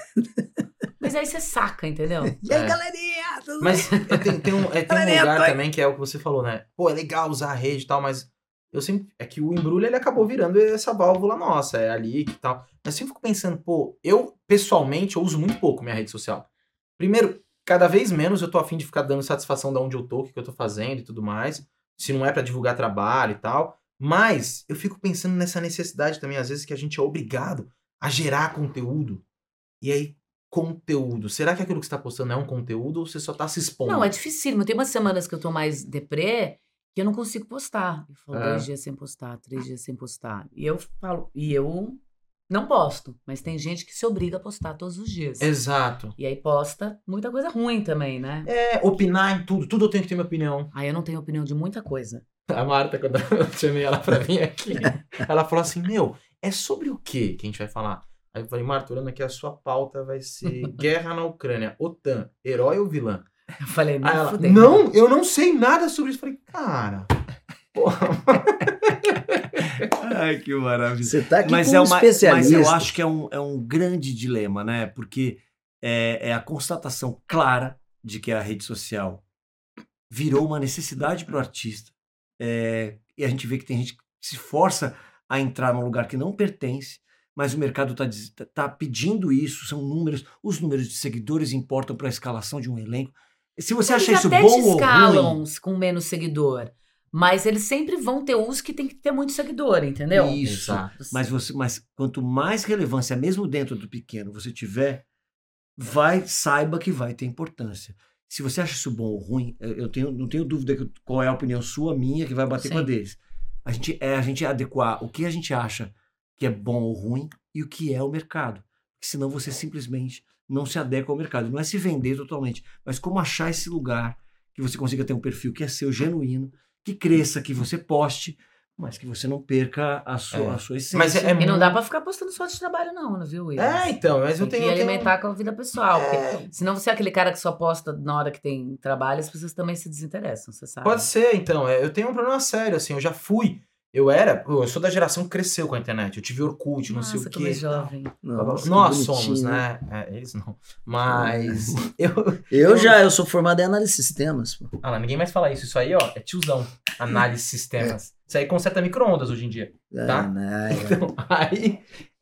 Mas aí você saca, entendeu? E aí, É. galerinha? Tudo Mas é, tem, tem um, é, tem um Galerinha, lugar vai. também que é o que você falou, né? Pô, é legal usar a rede e tal, mas eu sempre... É que o Embrulha, ele acabou virando essa válvula nossa, é ali que tal. Mas eu sempre fico pensando, pô, eu, pessoalmente, eu uso muito pouco minha rede social. Primeiro, cada vez menos eu tô afim de ficar dando satisfação de onde eu tô, o que que eu tô fazendo e tudo mais. Se não é pra divulgar trabalho e tal. Mas eu fico pensando nessa necessidade também, às vezes, que a gente é obrigado a gerar conteúdo. E aí, conteúdo. Será que aquilo que você tá postando é um conteúdo ou você só tá se expondo? Não, é dificílimo. Tem umas semanas que eu tô mais deprê que eu não consigo postar. Eu falo É. dois dias sem postar, três dias sem postar. E eu falo, e eu não posto. Mas tem gente que se obriga a postar todos os dias. Exato. E aí posta muita coisa ruim também, né? É, opinar em tudo. Tudo eu tenho que ter minha opinião. Aí eu não tenho opinião de muita coisa. A Marta, quando eu chamei ela pra vir aqui, ela falou assim, meu, é sobre o quê que a gente vai falar? Aí eu falei, Marta, olhando aqui, a sua pauta vai ser guerra na Ucrânia, OTAN, herói ou vilã? Eu falei, nem Aí ela, fudendo. não, eu não sei nada sobre isso. Eu falei, cara, porra. Ai, que maravilha. Você tá aqui Mas com é um uma, especialista. mas eu acho que é um, é um grande dilema, né? Porque é, é a constatação clara de que a rede social virou uma necessidade para o artista. É, e a gente vê que tem gente que se força a entrar num lugar que não pertence, mas o mercado está tá pedindo isso, são números, os números de seguidores importam para a escalação de um elenco. Se você acha Eles isso até bom te ou escalam ruim... com menos seguidor. Mas eles sempre vão ter uns que tem que ter muito seguidor, entendeu? Isso, Exato. mas, você, mas quanto mais relevância, mesmo dentro do pequeno, você tiver, vai, saiba que vai ter importância. Se você acha isso bom ou ruim, eu eu tenho, não tenho dúvida que, qual é a opinião sua, minha, que vai bater com a Sim. deles. A gente, é a gente adequar o que a gente acha que é bom ou ruim e o que é o mercado. Porque senão você simplesmente não se adequa ao mercado. Não é se vender totalmente, mas como achar esse lugar que você consiga ter um perfil que é seu, genuíno, que cresça, que você poste, mas que você não perca a sua, É. a sua essência. Mas é- é E não muito- dá pra ficar postando só de trabalho, não, não viu, Will? É, então, mas eu Tem tenho... que eu tenho- alimentar com a vida pessoal. Porque É, senão você é aquele cara que só posta na hora que tem trabalho, as pessoas também se desinteressam, você sabe? pode ser, então. é, Eu tenho um problema sério, assim, eu já fui... Eu era... pô, Eu sou da geração que cresceu com a internet. Eu tive Orkut, não sei Nossa, o como é quê. jovem. Nossa, que Nós bonitinho. somos, né? É, eles não. Mas... eu... Eu já, eu sou formado em análise de sistemas. Pô. Ah, lá, ninguém mais fala isso. Isso aí, ó, é tiozão. Análise de sistemas. Isso aí conserta micro-ondas hoje em dia. Tá. Ah, né, é. Então, aí...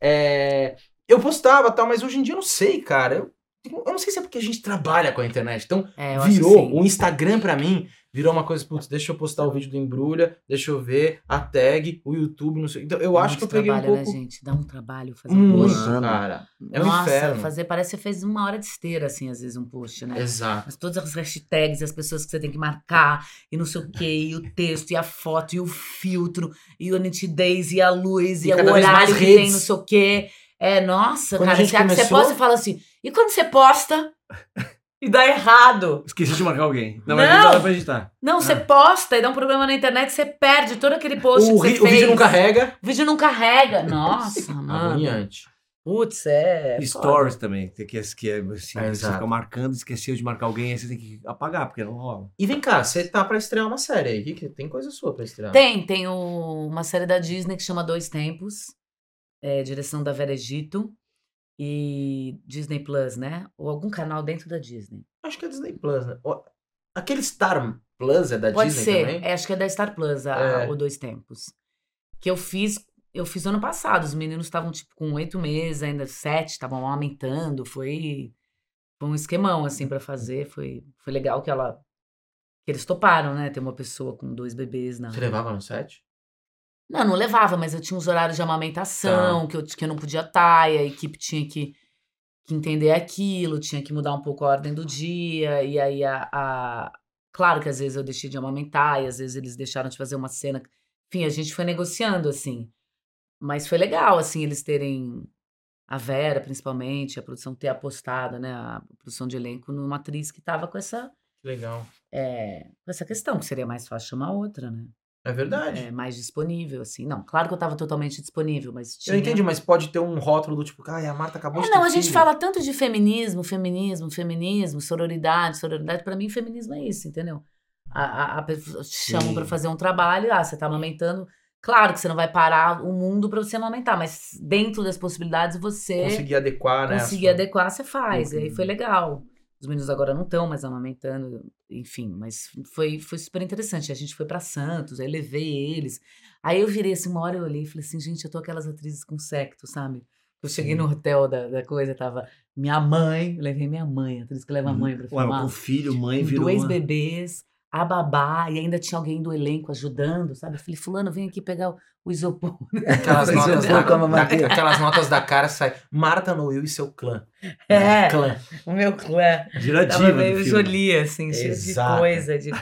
é, eu postava e tal, mas hoje em dia eu não sei, cara. Eu, eu não sei se é porque a gente trabalha com a internet. Então, É, eu acho virou... sim. O Instagram, pra mim, virou uma coisa... Putz, deixa eu postar o vídeo do Embrulha, deixa eu ver a tag, o YouTube, não sei... Então, eu Dá acho que eu muito peguei um trabalho, pouco... né, gente? Dá um trabalho fazer um Muito, post. Mano. cara. É um Nossa, inferno. fazer, parece que você fez uma hora de esteira, assim, às vezes, um post, né? Exato. Mas todas as hashtags, as pessoas que você tem que marcar, e não sei o quê, e o texto, e a foto, e o filtro, e a nitidez, e a luz, e, E o cada vez mais horário que tem, redes. não sei o quê. É, nossa, Quando a cara, gente você, você começou- posta e fala assim, e quando você posta, e dá errado. Esqueci de marcar alguém. Não, mas Não. não dá pra editar. Não, você Ah. posta e dá um problema na internet, você perde todo aquele post O, que você ri- o fez. vídeo não carrega. O vídeo não carrega. Nossa, mano. Agoniante. Putz, é. E foda. stories também, que, que, que é assim, É, você exato. fica marcando, esqueceu de marcar alguém, aí você tem que apagar, porque não rola. E vem cá, você tá pra estrear uma série aí. Que tem coisa sua pra estrear. Tem, tem o- uma série da Disney que chama Dois Tempos, é, direção da Vera Egito e Disney Plus, né? Ou algum canal dentro da Disney. Acho que é Disney Plus, né? Ó, aquele Star Plus é da Pode Disney ser, também? é, acho que é da Star Plus, a, É. o Dois Tempos. Que eu fiz, eu fiz ano passado, os meninos estavam tipo com oito meses, ainda sete, estavam amamentando, foi, foi um esquemão assim pra fazer, foi, foi legal que ela, que eles toparam, né? Ter uma pessoa com dois bebês na... Você levava no set? Não, não levava, mas eu tinha uns horários de amamentação, que, eu, que eu não podia estar, e a equipe tinha que, que entender aquilo, tinha que mudar um pouco a ordem do dia, e aí a, a... Claro que às vezes eu deixei de amamentar, e às vezes eles deixaram de fazer uma cena. Enfim, a gente foi negociando, assim. Mas foi legal, assim, eles terem... A Vera, principalmente, a produção ter apostado, né, a produção de elenco numa atriz que tava com essa, Que legal. é, com essa questão, que seria mais fácil chamar outra, né? É verdade. É, mais disponível, assim. Não, claro que eu tava totalmente disponível, mas tinha... Eu entendi, mas pode ter um rótulo do tipo, ai, a Marta acabou É, de não, ter a gente filho. fala tanto de feminismo, feminismo, feminismo, sororidade, sororidade. Pra mim, feminismo é isso, entendeu? A, a, a pessoa te chamam Sim. pra fazer um trabalho, ah, você tá amamentando. Claro que você não vai parar o mundo pra você amamentar, mas dentro das possibilidades você Conseguir adequar, né? a conseguir sua- adequar, você faz. E aí foi legal. Os meninos agora não estão mais amamentando, enfim, mas foi, foi super interessante. A gente foi pra Santos, aí levei eles. Aí eu virei assim, uma hora eu olhei e falei assim, gente, eu tô aquelas atrizes com secto, sabe? Eu cheguei Sim. no hotel da, da coisa, tava minha mãe, eu levei minha mãe, a atriz que leva a mãe pra Ué, filmar. o filho, mãe, Com virou dois uma... bebês, a babá, e ainda tinha alguém do elenco ajudando, sabe? Eu falei, fulano, vem aqui pegar o, o isopor. Aquelas Mas notas, eu da, vou com a da- mamadeira. aquelas notas da cara sai. Marta Noel e seu clã. É, Clã. o meu clã. Vira Tava diva do meio filme. Jolie, assim, cheio de Exato. coisa, de...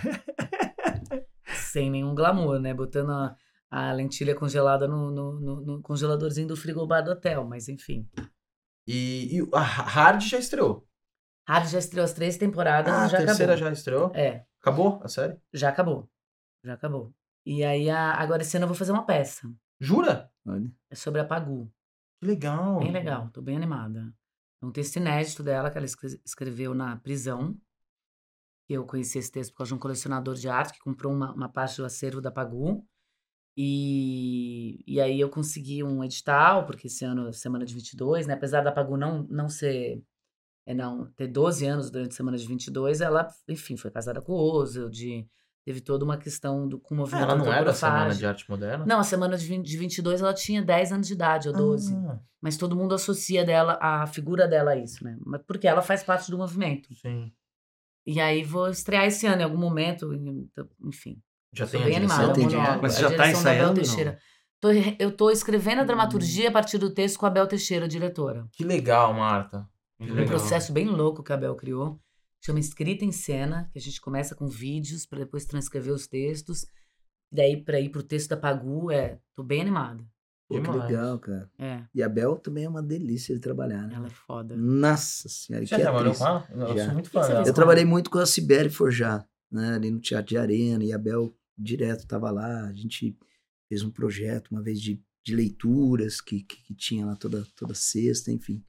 sem nenhum glamour, né? Botando a, a lentilha congelada no, no, no- no congeladorzinho do frigobar do hotel, mas enfim. E, e a Hard já estreou. Hard já estreou as três temporadas Ah, e a já terceira acabou. já estreou? É, Acabou a série? já acabou. Já acabou. E aí, a- agora esse ano eu vou fazer uma peça. Jura? Olha. É sobre a Pagu. Que legal. Bem legal, tô bem animada. É um texto inédito dela que ela escre- escreveu na prisão. Eu conheci esse texto por causa de um colecionador de arte que comprou uma, uma parte do acervo da Pagu. E, e aí eu consegui um edital, porque esse ano é Semana de vinte e dois, né? Apesar da Pagu não, não ser... É, não, ter doze anos durante a Semana de vinte e dois, ela, enfim, foi casada com o Ozzy, teve toda uma questão do, com o Ah, movimento ela não é da antropofágico. Semana de Arte Moderna? Não, a Semana de vinte, de vinte e dois ela tinha dez anos de idade, ou doze. Ah, Mas todo mundo associa dela, a figura dela a isso, né? Mas porque ela faz parte do movimento. sim. E aí vou estrear esse ano, em algum momento, em- enfim. Já Sou tem a bem direção? animada, tem é um monólogo. Mas A você já tá direção da Bel ensaiando, Teixeira. Tô, eu tô escrevendo a dramaturgia a partir do texto com a Bel Teixeira, a diretora. Que legal, Marta. Que Um legal. processo bem louco que a Bel criou. Chama Escrita em Cena, que a gente começa com vídeos para depois transcrever os textos. Daí para ir pro texto da Pagu, é, tô bem animada. Pô, que Demais. legal, cara. É, E a Bel também é uma delícia de trabalhar, né? ela é foda. Nossa senhora, Você que já trabalhou atriz. com ela? Eu Já. sou muito O que fã você dela. fez Eu com trabalhei muito com a Sibeli Forjat, né? Ali no Teatro de Arena, e a Bel direto tava lá. A gente fez um projeto uma vez de, de leituras que, que, que tinha lá toda, toda sexta, enfim.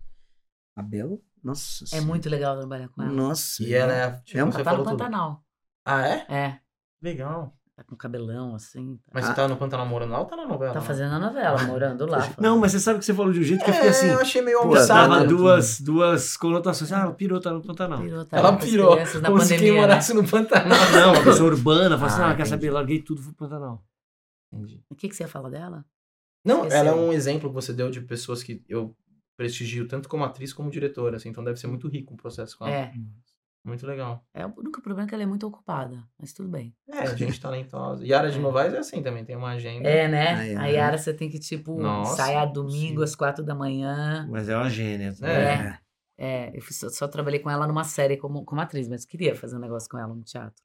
A Bel, nossa É senhora. muito legal trabalhar com ela. Nossa. E ela é, tipo, É um- você Ela tá no falou tudo. Pantanal. Ah, é? É, Legal. tá com cabelão assim. Mas Ah. você tá no Pantanal morando lá ou tá na novela? Tá lá? fazendo a novela, morando lá. Não, mas você sabe que você falou de um jeito que eu fiquei É, assim... eu achei meio Pô, almoçado. Dava né? duas, duas conotações. Ah, ela pirou, tá no Pantanal. Pirou, tá Ela com as pirou. crianças na Como se quem pandemia, né? morasse no Pantanal. Não, uma pessoa urbana, falou assim, Ah, ah, quer entendi. saber, larguei tudo, fui pro Pantanal. Entendi. O que, que você ia falar dela? Não, Esqueceu. ela é um exemplo que você deu de pessoas que eu prestigio tanto como atriz como diretora, assim, então deve ser muito rico o processo com ela. É, Muito legal. é, o único problema é que ela é muito ocupada, mas tudo bem. É, gente talentosa. E a área de É. Novaes é assim também, tem uma agenda. É, né? Ah, é. A Yara você tem que, tipo, Nossa, ensaiar domingo impossível. às quatro da manhã. Mas é uma gênia. É. É, eu fiz- só, só trabalhei com ela numa série como, como atriz, mas queria fazer um negócio com ela no teatro.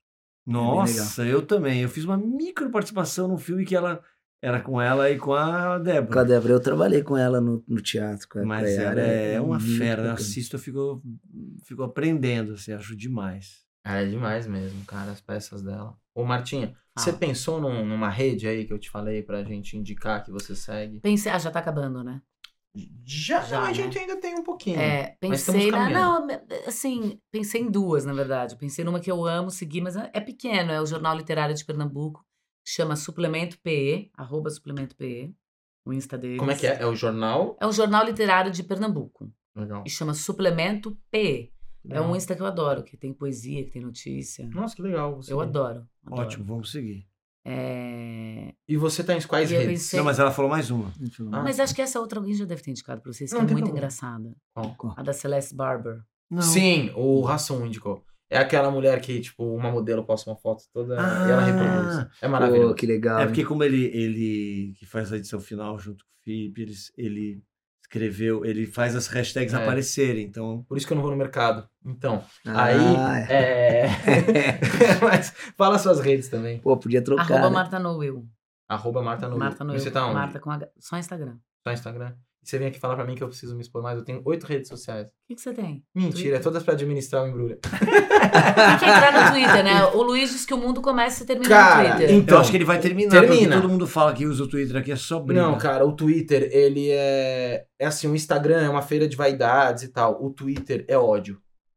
Nossa, eu também. Eu fiz uma micro participação num filme que ela era com ela e com a Com a Débora. Débora, eu trabalhei com ela no, no teatro. Com a, Mas com a ela Yara, é uma muito fera. Eu bacana. assisto, eu fico fico aprendendo, assim, acho demais. É demais mesmo, cara, as peças dela. Ô, Martinha, Ah. você pensou num- numa rede aí que eu te falei pra gente indicar que você segue? Pensei, ah, já tá acabando, né? Já, Já, não, a né? gente ainda tem um pouquinho. É, Mas estamos pensei na. caminhando. Não, assim, pensei em duas, na verdade. Pensei numa que eu amo seguir, mas é pequeno, é o Jornal Literário de Pernambuco, chama Suplemento P E, arroba Suplemento P E, o Insta deles. Como é que é? É o jornal? É um jornal literário de Pernambuco Legal. e chama Suplemento P E. É Legal. um Insta que eu adoro, que tem poesia, que tem notícia. Nossa, que legal. Você Eu adoro, adoro. Ótimo, vamos seguir. É... E você tá em quais E eu redes? pensei- Não, mas ela falou mais uma. Ah. Mas acho que essa outra alguém já deve ter indicado pra vocês, que Não é tem muito problema. engraçada. Qual? A da Celeste Barber. Não. Sim, o Rassum indicou. É aquela mulher que, tipo, uma modelo posta uma foto toda Ah. e ela reproduz. É Pô, maravilhoso. que legal. É hein? porque como ele, ele que faz a edição final junto com o Felipe, ele, ele escreveu, ele faz as hashtags É. aparecerem, então... Por isso que eu não vou no mercado. Então, Ah, aí... é. É... Mas fala suas redes também. Pô, podia trocar. Arroba né? Marta Noel. Arroba Marta Noel. Marta Noel. Você tá onde? Marta com H. Só Instagram. Só Instagram. E você vem aqui falar pra mim que eu preciso me expor mais. Eu tenho oito redes sociais. O que, que você tem? Mentira, Twitter? é todas pra administrar o embrulho. Tem que entrar no Twitter, né? O Luiz diz que o mundo começa e termina Cara, no Twitter. então- eu acho que ele vai terminar, termina. porque todo mundo fala que usa o Twitter aqui, é só briga. Não, cara, o Twitter, ele é... É assim, o Instagram é uma feira de vaidades e tal. O Twitter é ódio.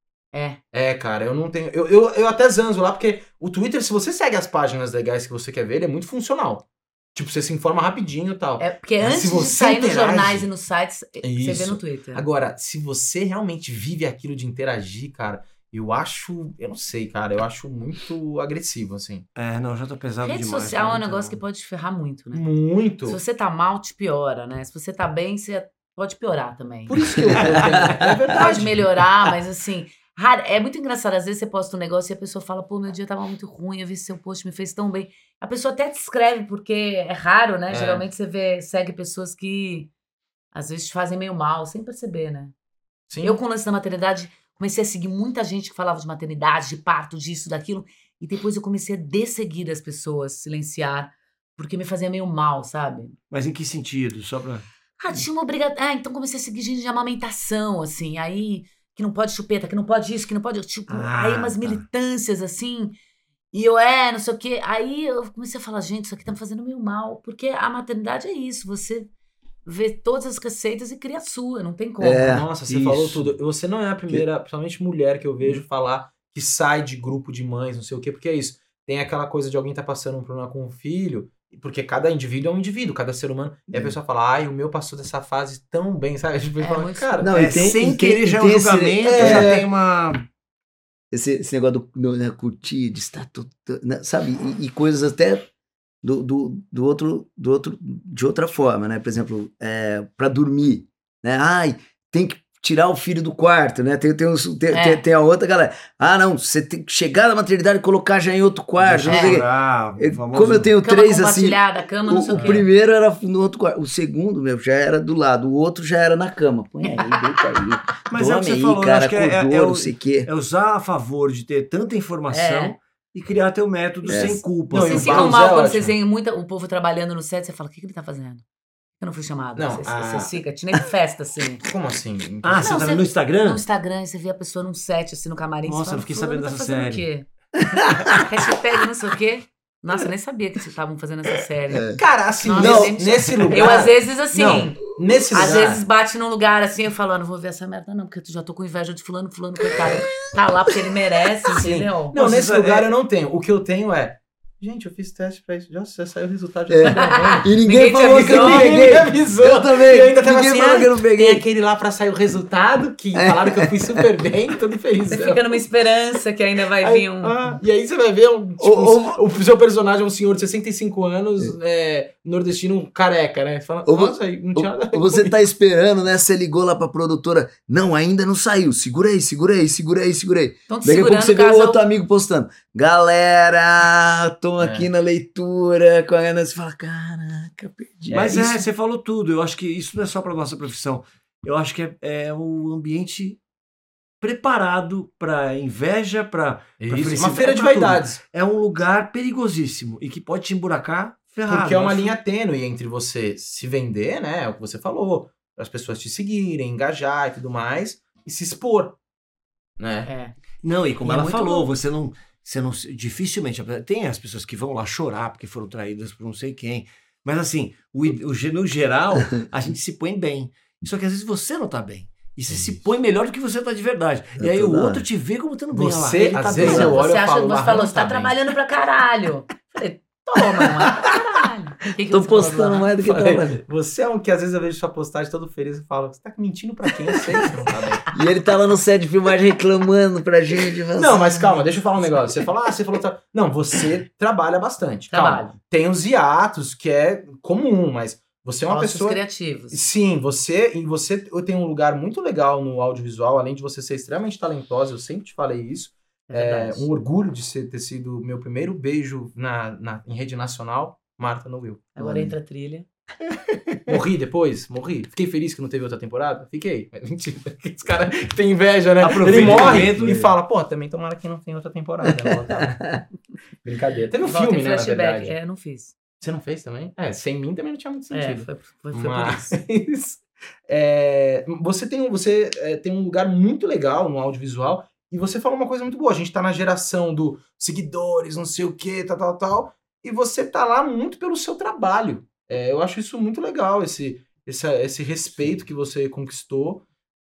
É. É, cara, eu não tenho... Eu, eu, eu até zanzo lá, porque o Twitter, se você segue as páginas legais que você quer ver, ele é muito funcional. Tipo, você se informa rapidinho e tal. É porque Mas antes se de você sair nos interage- jornais e nos sites, você vê Isso. no Twitter. Agora, se você realmente vive aquilo de interagir, cara, eu acho... Eu não sei, cara, eu acho muito agressivo, assim. É, não, já tô pesado Rede demais. social é um né? negócio que Então- pode te ferrar muito, né? Muito. Se você tá mal, te piora, né? Se você tá bem, você pode piorar também. Por isso que eu... eu tenho... É verdade. Pode melhorar, mas assim... raro- É muito engraçado, às vezes você posta um negócio e a pessoa fala, pô, meu dia tava muito ruim, eu vi seu post, me fez tão bem. A pessoa até te escreve, porque é raro, né? É. Geralmente você vê, segue pessoas que às vezes te fazem meio mal, sem perceber, né? Sim. Eu, com o lance da maternidade, comecei a seguir muita gente que falava de maternidade, de parto, disso, daquilo. E depois eu comecei a desseguir as pessoas, silenciar, porque me fazia meio mal, sabe? Mas em que sentido? Só pra... Ah, tinha uma obrigação. Ah, então comecei a seguir gente de amamentação, assim. Aí, que não pode chupeta, que não pode isso, que não pode. Tipo, Ah, aí umas tá. militâncias, assim. E eu, é, não sei o quê. Aí eu comecei a falar, gente, isso aqui tá me fazendo meio mal. Porque a maternidade é isso. Você vê todas as receitas e cria a sua, não tem como. É. Nossa, você Isso. falou tudo. Você não é a primeira, principalmente mulher, que eu vejo falar que sai de grupo de mães, não sei o quê, porque é isso. Tem aquela coisa de alguém tá passando um problema com o filho, porque cada indivíduo é um indivíduo, cada ser humano. E a É. pessoa fala, ai, o meu passou dessa fase tão bem, sabe? Tipo, ele É, fala, muito- cara, Não, É, e tem- sem e tem- querer e já é tem um esse- julgamento, é. já tem uma... Esse, esse negócio do, do né, curtir, de estar tudo, né, sabe? E, e coisas até do, do, do outro, do outro, de outra forma, né? Por exemplo, é, para dormir, né? Ai, tem que tirar o filho do quarto, né? Tem, tem, uns- tem, É. tem, tem a outra galera. Ah, não, você tem que chegar na maternidade e colocar já em outro quarto. Deixa Não sei o quê. chorar, Eu- o famoso- Como eu tenho Cama três assim. compartilhada, cama, não sei O, o o quê. primeiro era no outro quarto. O segundo, meu, já era do lado. O outro já era na cama. Põe aí, deita aí. Mas é o Dorme que você aí, falou, eu cara, acho que é- é- acordou, é o- não sei o quê. É usar a favor de ter tanta informação É. e criar teu método É. sem culpa. Não, assim. e o Vocês ficam Barros mal é quando ótimo. vocês veem muita, o povo trabalhando no set, você fala, o que, que ele tá fazendo? Eu não fui chamado. Não, Vocês, a- vocês ficam, tinha nem festa, assim. como assim? Ah, você Não, tá você- no Instagram? No Instagram, você vê a pessoa num set, assim, no camarim. Nossa, você fala, eu fiquei "Fulano sabendo tá dessa fazendo série." o quê? Hashtag não sei o quê. Nossa, eu nem sabia que vocês estavam fazendo essa série. É. Cara, assim, Nossa, nesse, gente, nesse lugar... Eu, às vezes, assim, Não, nesse às lugar... vezes bate num lugar assim, eu falo, "Ah, não vou ver essa merda não, porque eu já tô com inveja de fulano, fulano, coitado. Tá lá porque ele merece, entendeu? Não, Nossa, nesse isso lugar é- eu não tenho. O que eu tenho é... Gente, eu fiz teste pra isso. Já, já saiu o resultado. Já É. tô gravando. E ninguém, Ninguém te falou que eu avisou. não Ninguém me peguei. avisou. Eu também. E eu ainda tava Ninguém assim, falou ah, que eu não tem peguei. aquele lá pra sair o resultado, que falaram que eu fui super bem, todo feliz. Você fica numa esperança que ainda vai Aí, vir um... ah, e aí você vai ver um, tipo, Ou- um- o seu personagem é um senhor de sessenta e cinco anos, é, nordestino careca, né? Você fala, Ou vo- nossa, aí não tinha nada a ver Ou você comigo. tá esperando, né? Você ligou lá pra produtora. Não, ainda não saiu. Segura aí, segura aí, segura aí, segura aí. Estão te Daqui a pouco segurando você vê o caso... outro amigo postando. Galera, tô É. aqui na leitura. Com a Ana, você fala, caraca, perdi. Mas É, é, isso- você falou tudo. Eu acho que isso não é só para nossa profissão. Eu acho que é, é o ambiente preparado para inveja, para Isso, felicidade, uma feira de pra tudo. vaidades. É um lugar perigosíssimo e que pode te emburacar ferrado. Porque é uma Eu acho- linha tênue entre você se vender, né? É o que você falou, as pessoas te seguirem, engajar e tudo mais, e se expor. né? É. Não, e como E é ela muito falou, bom. você não, você não. Dificilmente. Tem as pessoas que vão lá chorar porque foram traídas por não sei quem. Mas assim, o, o, no geral, a gente se põe bem. Só que às vezes você não tá bem. E você se põe melhor do que você tá de verdade. É E aí o toda outro hora. te vê como estando bem. Olha lá, Você, ele às tá vezes, bem. eu olho Você e acha falo, que o você Marrone falou, você tá tá bem. trabalhando pra caralho. Falei, toma, não é pra caralho. Que que Tô você falou do postando Marrone? mais do que Falei, trabalhando. você é um que às vezes eu vejo sua postagem todo feliz e falo, você tá mentindo pra quem? Eu sei que você não tá bem. E ele tá lá no set de filmagem reclamando pra gente. Não, mas calma, deixa eu falar um negócio. Você fala, ah, você falou... Tra... Não, você trabalha bastante. Calma. Trabalho. Tem os hiatos, que é comum, mas você é uma Ossos pessoa... criativos. Sim, você e você tem um lugar muito legal no audiovisual, além de você ser extremamente talentosa, eu sempre te falei isso. É É verdade. um orgulho de ser, ter sido meu primeiro beijo na, na, em rede nacional, Marta no Will. Agora entra a trilha. Morri depois? Morri. Fiquei feliz que não teve outra temporada? Fiquei. Mas mentira. Esse cara tem inveja, né? Aproveita Ele o morre momento, e né? fala, pô, também tomara que não tenha outra temporada. Né? Tá. Brincadeira. Teve um Volta filme, em né, na flashback. verdade. É, não fiz. Você não fez também? É, sem mim também não tinha muito É, sentido. foi, foi, foi por isso. Mas é, você, tem, um- você é, tem um lugar muito legal no audiovisual e você falou uma coisa muito boa. A gente tá na geração do seguidores, não sei o que, tal, tal, tal. E você tá lá muito pelo seu trabalho. É, eu acho isso muito legal, esse, esse, esse respeito que você conquistou.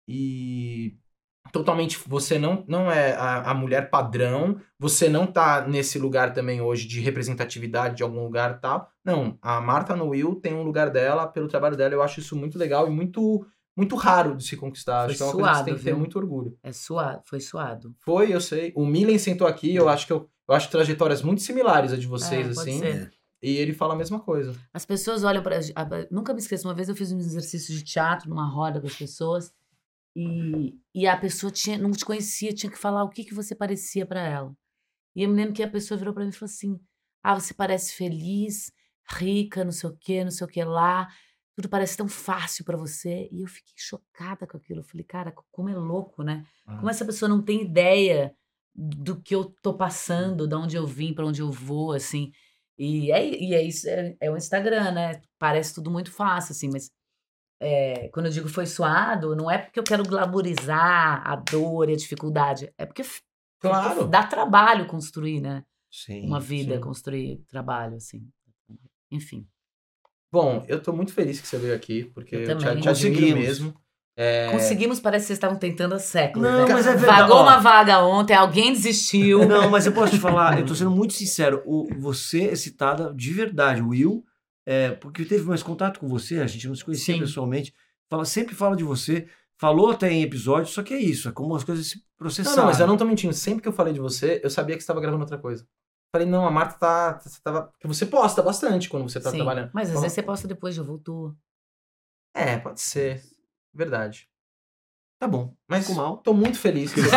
E totalmente, você não, não é a, a mulher padrão, você não tá nesse lugar também hoje de representatividade de algum lugar e tal. Não, a Marta no Will tem um lugar dela, pelo trabalho dela, eu acho isso muito legal e muito, muito raro de se conquistar. Foi acho que é uma coisa que você tem suado, que ter viu? muito orgulho. É suado, foi suado. Foi, eu sei. O Milen sentou aqui, eu acho que eu, eu acho trajetórias muito similares a de vocês, É, pode assim. ser. E ele fala a mesma coisa. As pessoas olham para. Nunca me esqueço, uma vez eu fiz um exercício de teatro numa roda com as pessoas e, e a pessoa tinha, não te conhecia, tinha que falar o que, que você parecia para ela. E eu me lembro que a pessoa virou para mim e falou assim: ah, você parece feliz, rica, não sei o que, não sei o que lá, tudo parece tão fácil para você. E eu fiquei chocada com aquilo. Eu falei, cara, como é louco, né? Como essa pessoa não tem ideia do que eu tô passando, de onde eu vim, para onde eu vou, assim. E é, e é isso, é, é o Instagram, né? Parece tudo muito fácil, assim, mas é, quando eu digo foi suado, não é porque eu quero glamorizar a dor e a dificuldade, é porque, Claro. porque dá trabalho construir, né? Sim, Uma vida, sim. construir trabalho, assim. Enfim. Bom, eu tô muito feliz que você veio aqui, porque Eu eu, te, também. te admiro Conseguimos. mesmo. É, Conseguimos, parece que vocês estavam tentando há séculos, Não, né? mas é verdade. Vagou Ó, uma vaga ontem, alguém desistiu. Não, mas eu posso te falar, eu tô sendo muito sincero. O, você é citada de verdade, o Will, é, porque teve mais contato com você, a gente não se conhecia Sim. pessoalmente. Fala, sempre fala de você, falou até em episódios, só que é isso, é como as coisas se Não, processaram. não, mas eu não tô mentindo. Sempre que eu falei de você, eu sabia que você tava gravando outra coisa. Falei, não, a Marta tá. Você tava. Porque você posta bastante quando você tá Sim, trabalhando. mas às Fala- vezes você posta depois de voltou. É, pode ser. Verdade. Tá bom, Mas ficou mal. tô muito feliz que você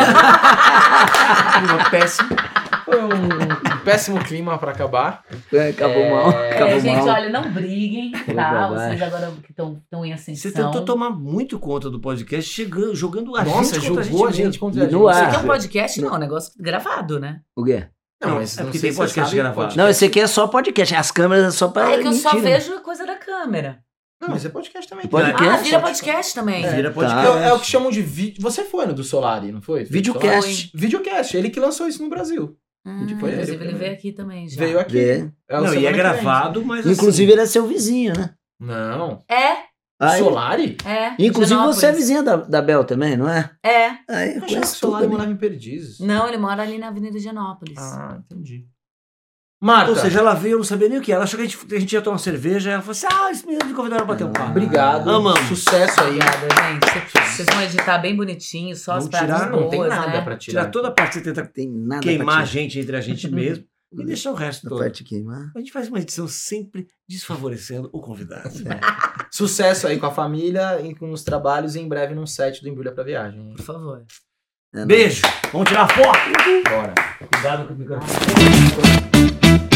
Clima péssimo. Foi um péssimo clima pra acabar. É, acabou É, mal. É, Acabou gente, mal. olha, não briguem, pra tá? baixo. Vocês agora que estão em ascensão. Você tentou tomar muito conta do podcast, chegando, jogando a Nossa, gente contra jogou a a gente, gente mesmo. contra a E gente. no Isso ar. aqui é um podcast? Não, é um negócio gravado, né? O quê? Não, Não, mas é não porque sei tem se você podcast sabe, gravado. Não, esse aqui é só podcast. As câmeras é só pra. Ah, é que eu só mentira. vejo a coisa da câmera. Não, mas é podcast também. Podcast? Ah, vira podcast também. É. Vira Tá. podcast. É, é o que chamam de vídeo. Você foi no do Solari, não foi? Videocast. Videocast. Ele que lançou isso no Brasil. Ah, Foi ele inclusive, ele também. veio aqui também já. Veio aqui. Vê. É o Não, e semana é que gravado, mas assim, Inclusive, ele é seu vizinho, né? vem. Não. É, Aí- Solari? é. Inclusive, você é Higienópolis. vizinha da, da Bel também, não é? É. Aí, eu Eu achava que o conheço tudo Solari ali. morava em Perdizes. Não, ele mora ali na Avenida Higienópolis. Ah, entendi. Marta, Ou seja, ela veio, eu não sabia nem o que. Ela achou que a gente, a gente ia tomar uma cerveja. Ela falou assim: ah, esse menino me convidaram pra bater um papo. obrigado. Amamos. Sucesso aí. Obrigada, gente. Cê- Vocês vão editar bem bonitinho, só as Vamos pratas tirar, boas, Não tem nada né? pra tirar. Tirar toda a parte que você tenta Tem nada queimar a pra gente entre a gente mesmo e deixar o resto tirar. todo. A parte queimar. A gente faz uma edição sempre desfavorecendo o convidado. Sucesso aí com a família e com os trabalhos e em breve num set do Embrulha pra Viagem. Por favor. É, não. Beijo! Vamos tirar foto! Bora. Cuidado com o microfone.